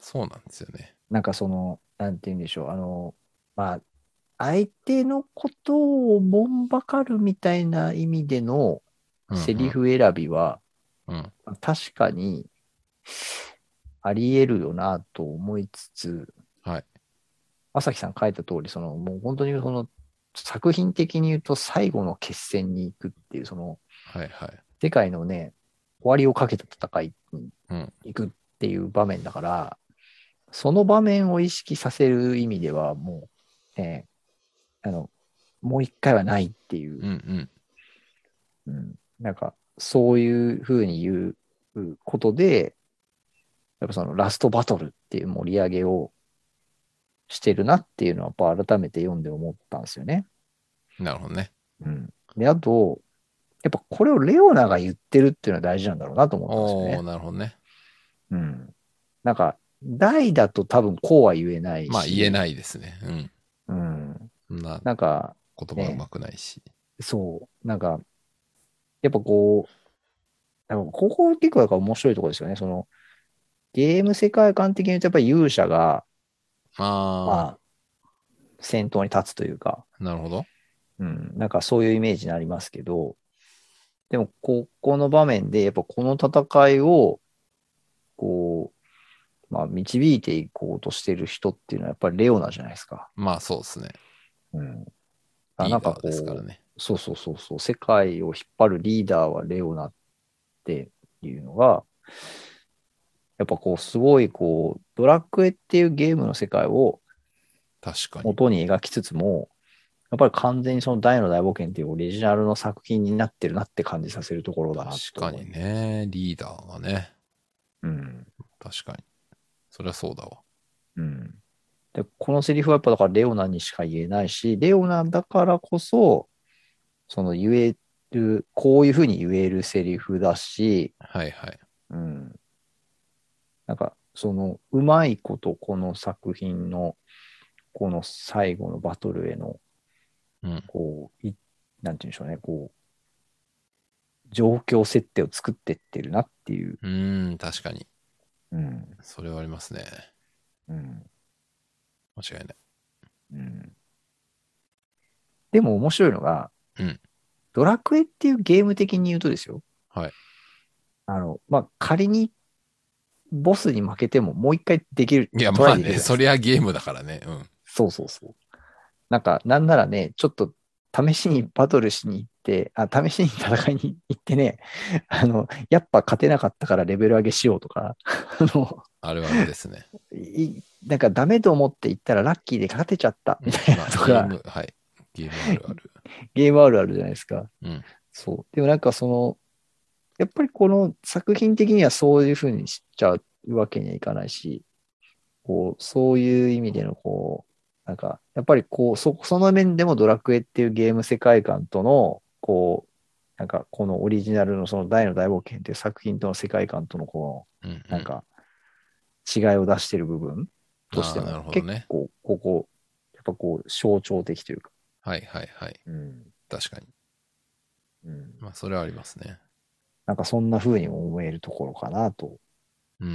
そうなんですよね。 なんかその、なんて言うんでしょう。あの、まあ、相手のことをもんばかるみたいな意味でのうん、 セリフ選びは、 うん。うん。 確かにあり得るよなと思いつつ、 はい。 朝日さん書いた通り、その、もう本当にその、作品的に言うと最後の決戦に行くっていう、その、 はい、はい。 世界のね、終わりをかけた戦いにうん。 行くっていう場面だから、その場面を意識させる意味では、もう、えーあの、もう一回はないっていう、 うん、うん。 うん、なんか、そういうふうに言うことで、やっぱそのラストバトルっていう盛り上げをしてるなっていうのは、やっぱ改めて読んで思ったんですよね。 なるほどね。 うん。で、あと、やっぱこれをレオナが言ってるっていうのは大事なんだろうなと思ったんですよおー、 ね。 なるほどね。 うん。なんか、大だと多分こうは言えないまあ言えし、 ないですね。うん。 うん。 そんななんか、 言葉うまね、 くないし。 そう、なんか、やっぱこう、なんかここ結構だから面白いところですよね。その、ゲーム世界観的に言うとやっぱり勇者が、 あまあ、先頭に立つというか、 ー、なるほど。 うん、なんかそういうイメージになりますけど、でも、ここの場面で、やっぱこの戦いを、こう、まあ、導いていこうとしてる人っていうのは、やっぱりレオナじゃないですか。 まあそうですね。 うん。あ、なんかリーダーですからこね。 う、そうそうそうそう、世界を引っ張るリーダーはレオナっていうのが、やっぱこう、すごいこう、ドラクエっていうゲームの世界を確かに。 元に描きつつも、やっぱり完全にその大の大冒険っていうオリジナルの作品になってるなって感じさせるところだ確なとかに思います。 ね。リーダーがね。 うん。 確かに。そりゃそうだわ。 うん。で、このセリフはやっぱだからレオナにしか言えないし、レオナだからこそ、その言える、こういうふうに言えるセリフだし、 はいはい。 うん。なんか、その、うまいこと、この作品の、この最後のバトルへの、 うん。 こう、い、なんて言うんでしょうね、こう、状況設定を作ってってるなっていう。 うーん、確かに。 うん。 それはありますね。 うん。 間違いない。 うん。でも面白いのが、 うん。 ドラクエっていうゲーム的に言うとですよ。 はい。 あの、まあ、仮にボスに負けてももう一回できる、 いや、 トライできまあね、そるじゃないですか。 りゃゲームだからね。うん。 そうそうそう。なんか、なんならね、ちょっと試しにバトルしに行って、あ、試しに戦いに行ってね、あの、やっぱ勝てなかったからレベル上げしようとか、あの、 あるあるですね。 いなんかダメと思って行ったらラッキーで勝てちゃったうん。 みたいなまあ、 とか、 ゲーム、はい。ゲームあるある。 ゲームあるあるじゃないですか。 うん。 そう。でもなんかその、やっぱりこの作品的にはそういうふうにしちゃうわけにはいかないし、こう、そういう意味での、こう、なんか、やっぱりこう、そ、その面でもドラクエっていうゲーム世界観との、こう、なんか、このオリジナルのその大の大冒険っていう作品との世界観との、こうんうの、なんん。 か、違いを出してる部分としああ、なても、 るほどね。 結構、ここ、やっぱこう、象徴的というか、 はいはいはい。 うん、 確かに。 うん、 まあ、それはありますね。 なんかそんな風にも思えるところかなと。 うん。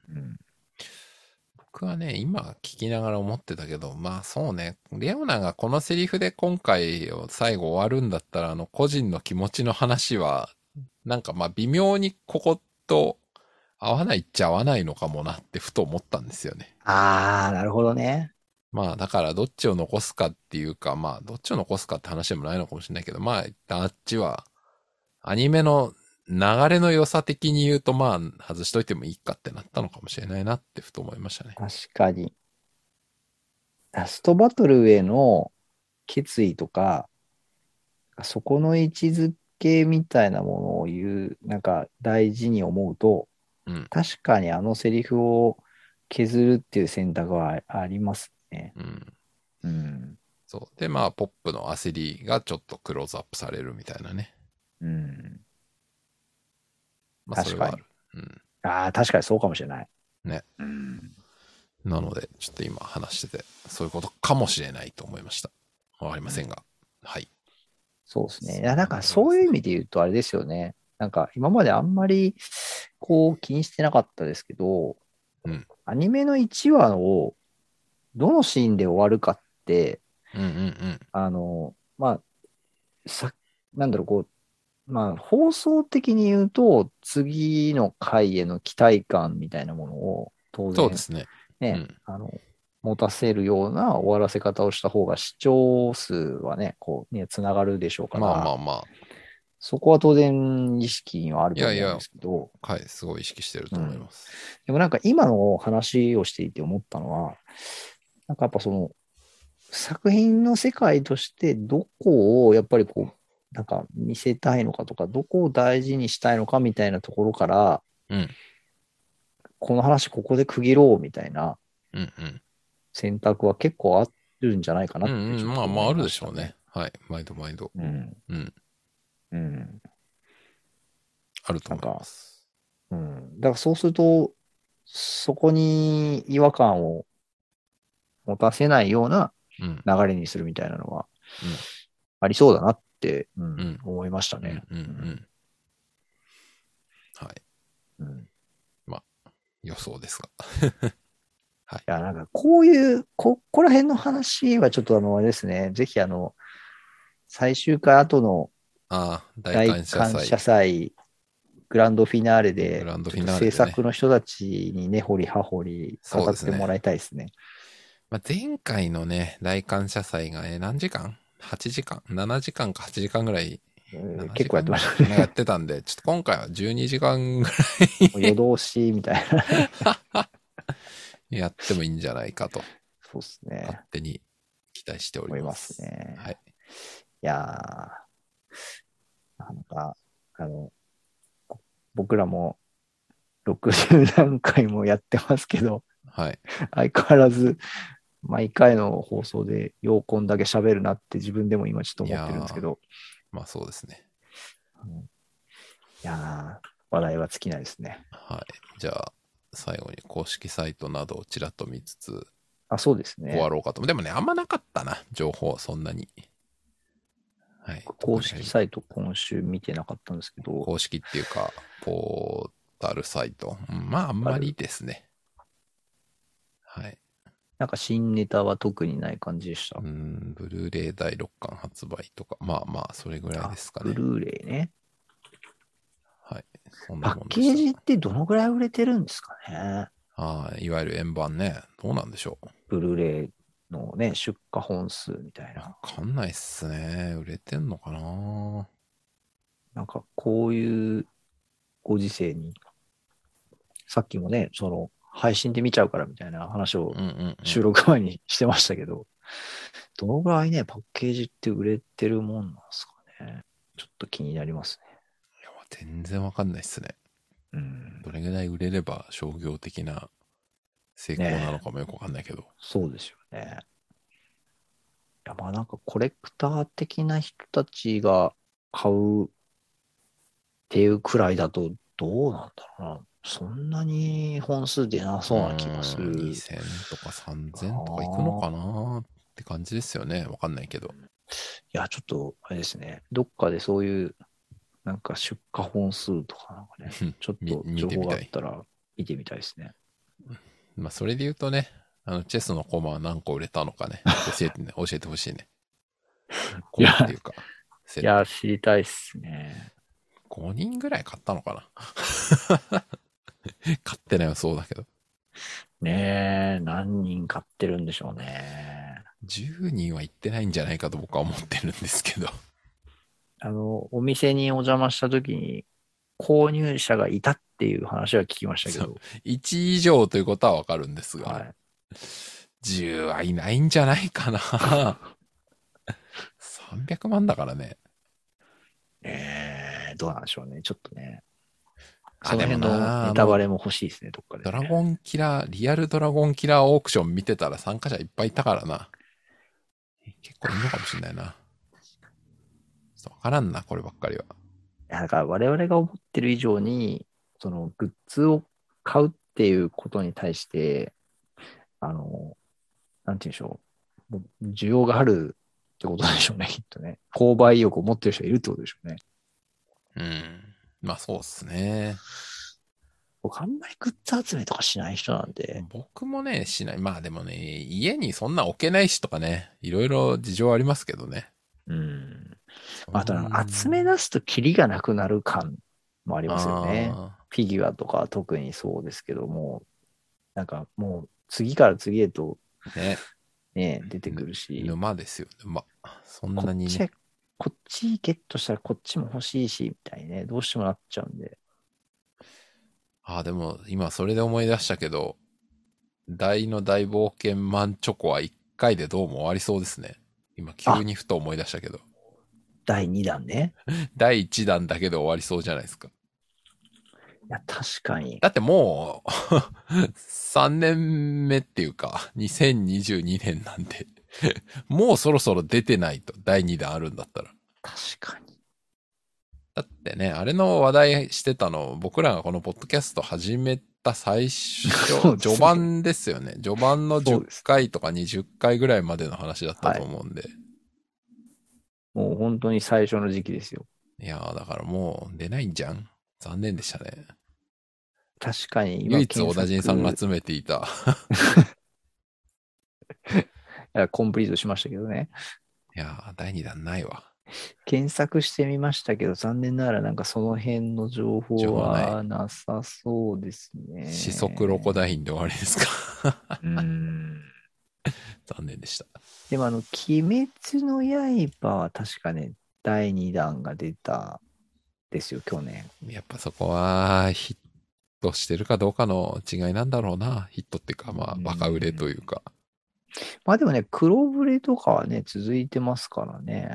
うん、 僕はね、今聞きながら思ってたけど、まあそうね、レオナがこのセリフで今回を最後終わるんだったら、あの、個人の気持ちの話は、なんかまあ微妙にここと合わないっちゃ合わないのかもなってふと思ったんですよね。 ああ、なるほどね。 まあだからどっちを残すかっていうか、まあどっちを残すかって話でもないのかもしれないけど、まあ一旦あっちは、アニメの流れの良さ的に言うとまあ外しといてもいいかってなったのかもしれないなってふと思いましたね。 確かに。ラストバトルへの決意とか、そこの位置づけみたいなものを言う、なんか大事に思うと、 うん。 確かにあのセリフを削るっていう選択はありますね。 うん。 うん。 そう。で、まあ、ポップの焦りがちょっとクローズアップされるみたいなね。 うん。 まあ、それ確かに。 はある。うん。 ああ、確かにそうかもしれない。 ね。 うん。 なので、ちょっと今話してて、そういうことかもしれないと思いました。わかりまうん、 せんが。はい。 そうですね。いや、 そんなとなんかころですね。 そういう意味で言うとあれですよね。なんか今まであんまりこう気にしてなかったですけど、 うん、 アニメのいちわをどのシーンで終わるかって、 うんうんうん、 あの、まあ、さ、なんだろう、こう、まあ、放送的に言うと、次の回への期待感みたいなものを、当然、 そうですね。うね、 ん、 あの、持たせるような終わらせ方をした方が視聴数はね、こう、ね、つながるでしょうかまあまら、 あまあ。 そこは当然意識にはあるいやいや、 と思うんですけど、 はい、すごい意識してると思いうん。 ます。 でもなんか今の話をしていて思ったのは、なんかやっぱその作品の世界としてどこをやっぱりこう、なんか見せたいのかとか、どこを大事にしたいのかみたいなところから、 うん、 この話ここで区切ろうみたいなうん、うん。 選択は結構あるんじゃないかなうんってちょうん、 っと思いまあまああるましたね。 でしょうね。はい。毎度毎度。 うん。 うん。 うん。 あると思いまなんか、 す。 うん。だからそうすると、そこに違和感を持たせないようなうん。 流れにするみたいなのはうん。 ありそうだなって、うん、 うん。 思いましたうん。 ね。 うん。ううん。 ん。はい。 うん。 まあ、予想ですが。はい。 いや、なんかこういう、ここら辺の話はちょっとあの、あれですね。ぜひあの、最終回後のああ、大大感謝祭、 感謝祭、グランドフィナーレで、 グランドフィちょっと制ナーレでね。 作の人たちに根掘り葉掘り語そうですね。 ってもらいたいですね。 まあ、前回のね、大感謝祭が、え、何時間 ?はち 時間 ?なな 時間かはちじかんぐらい、7 うん結構やって時間ましたなんかやっね。 てたんで、ちょっと今回はじゅうにじかんぐら夜い通しみたいな。 やってもいいんじゃないかと、 そうですね。 勝手に期待しており思いますます。はね。 い。 いやー、なんか、あの、僕らもろくじゅう何回もやってますけど、 はい。 相変わらず毎回の放送でようこんだけ喋るなって自分でも今ちょっといや思ってるんですけー、 ど、 まあそうですね。 うん、いやー、話題は尽きないですね。 はい。じゃあ、最後に公式サイトなどをちらっと見つつあ、そうです終わね。 ろうかと。でもね、あんまなかったな、情報、そんなに。はい。 公特に式サイト今週見てなかったんですけど、 公式っていうか、ポータルサイト。うん、まあ、あんまりある。 ですね。はい。 なんか新ネタは特にない感じでした。 うん、ブルーレイだいろっかん発売とか、まあまあ、それぐらいであ、 すかね。 ブルーレイね。 はい。そんなパッもんでした。 ケージってどのぐらい売れてるんですかね。 はい。いわゆる円盤ね。どうなんでしょう。 ブルーレイのね、出荷本数みたいわな。 かんないっすね。売れてんのかな。 なんかこういうご時世に、さっきもね、その配信で見ちゃうからみたいな話をうんうんうん。い収録前にしてましたけど、どのぐらいね、パッケージって売れてるもんなんですかね。ちょっと気になりますや、全然わかんないっすね。 ね。うん。 どれぐらい売れれば商業的な成功なのねえ、 かもよくわかんないけど。 そうですよね。いや、まあなんかコレクター的な人たちが買うっていうくらいだとどうなんだろうな。そんなに本数出なうそうな気がすーん、 るにせんとかかさんぜんとかいくのな。 かなって感じですよね。わかんないけど。 いや、ちょっと、あれですね。どっかでそういう、なんか出荷本数とかなんかね、ちょっみと情報が見てみたい。 あったら見てみたいですね。 まあ、それで言うとね、あの、チェスのコマは何個売れたのかね、教えてね、教えてほしいね。コいや、 マっていうか、セット。 いや、知りたいっすね。 ごにんぐらい買ったのかな買ってないはそうだけど。 ねえ、何人買ってるんでしょうね。 じゅうにんは行ってないんじゃないかと僕は思ってるんですけど。 あの、お店にお邪魔した時に購入者がいたっていう話は聞きましたけそう。 ど、 いち以上ということはわかるんですが、 はい。 じゅうはいないんじゃないかな。さんびゃくまんだからね。 ええ、どうなんでしょうね。ちょっとね。 あ、でもその辺のな、あの、 ネタバレも欲しいですね、どっかでね。 ドラゴンキラー、リアルドラゴンキラーオークション見てたら参加者いっぱいいたからな。結構いんのかもしんないな。ちょっとわからんな、こればっかりは。 いや、だから我々が思ってる以上に、そのグッズを買うっていうことに対して、あの、なんて言うんでしょう。もう需要があるってことでしょうね、きっとね。購買意欲を持ってる人がいるってことでしょうね。 うん。まあそうっすね。 僕あんまりグッズ集めとかしない人なんで。 僕もね、しない。まあでもね、家にそんな置けないしとかね、いろいろ事情ありますけどね。 うん。あとなんか集め出すとキリがなくなる感もありますよね。フィギュアとか特にそうですけども、なんかもう次から次へとね、 ね、出てくるし。 沼ですよ、沼。そんなにね。 こっち、こっちゲットしたらこっちも欲しいし、みたいにね、どうしてもなっちゃうんで。 ああ、でも今それで思い出したけど、大の大冒険マンチョコはいっかいでどうも終わりそうですね。今急にふと思い出したけど。 だいにだんね。 だいいちだんだけで終わりそうじゃないですか。 いや、確かに。 だってもうさんねんめっていうか、にせんにじゅうにねんなんでもうそろそろ出てないと、だいにだんあるんだったら。 確かに。 だってね、あれの話題してたの、僕らがこのポッドキャスト始めた最初、序盤ですよね。序盤のじゅっかいとかにじゅっかいぐらいまでの話だったと思うんで。はい、 もう本当に最初の時期ですよ。 いやー、だからもう出ないんじゃん。残念でしたね。 確かに今唯一小田人さんが集めていた。 コンプリートしましたけどね。 いやー、だいにだんないわ。 検索してみましたけど、残念ながらなんかその辺の情報はなさそうですね。 四足ロコダインで終わりですか。 うーん。 残念でした。 でもあの、鬼滅の刃は確かね、だいにだんが出たですよ、去年。 やっぱそこはヒットしてるかどうかの違いなんだろうな。ヒットっていうか、まあ、バカ売れというか。 まあでもね、黒ブレとかはね、続いてますからね。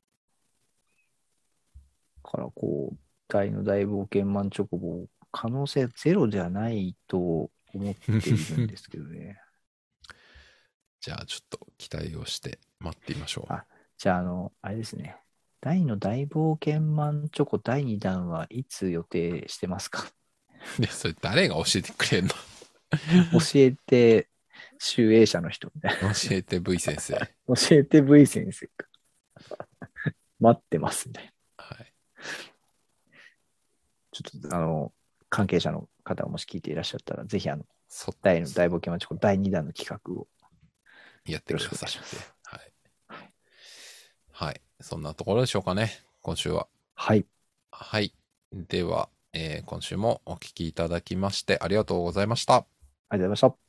からこう、大の大冒険マンチョコボ、可能性ゼロじゃないと思っているんですけどね。 じゃあちょっと期待をして待ってみましょう。 あ、じゃああの、あれですね。大の大冒険マンチョコだいにだんはいつ予定してますか？ で、それ誰が教えてくれんの？ 教えて、集英社の人みたいな。教えて V 先生。 教えて V 先生か。待ってますね。 はい。 ちょっと、あの、関係者の方がもし聞いていらっしゃったら、ぜひ、あの、大の大冒険マンチョコだいにだんの企画をやってください。はい。はい。そんなところでしょうかね。今週は。 はい。 はい。では、えー、今週もお聞きいただきましてありがとうございました。ありがとうございました。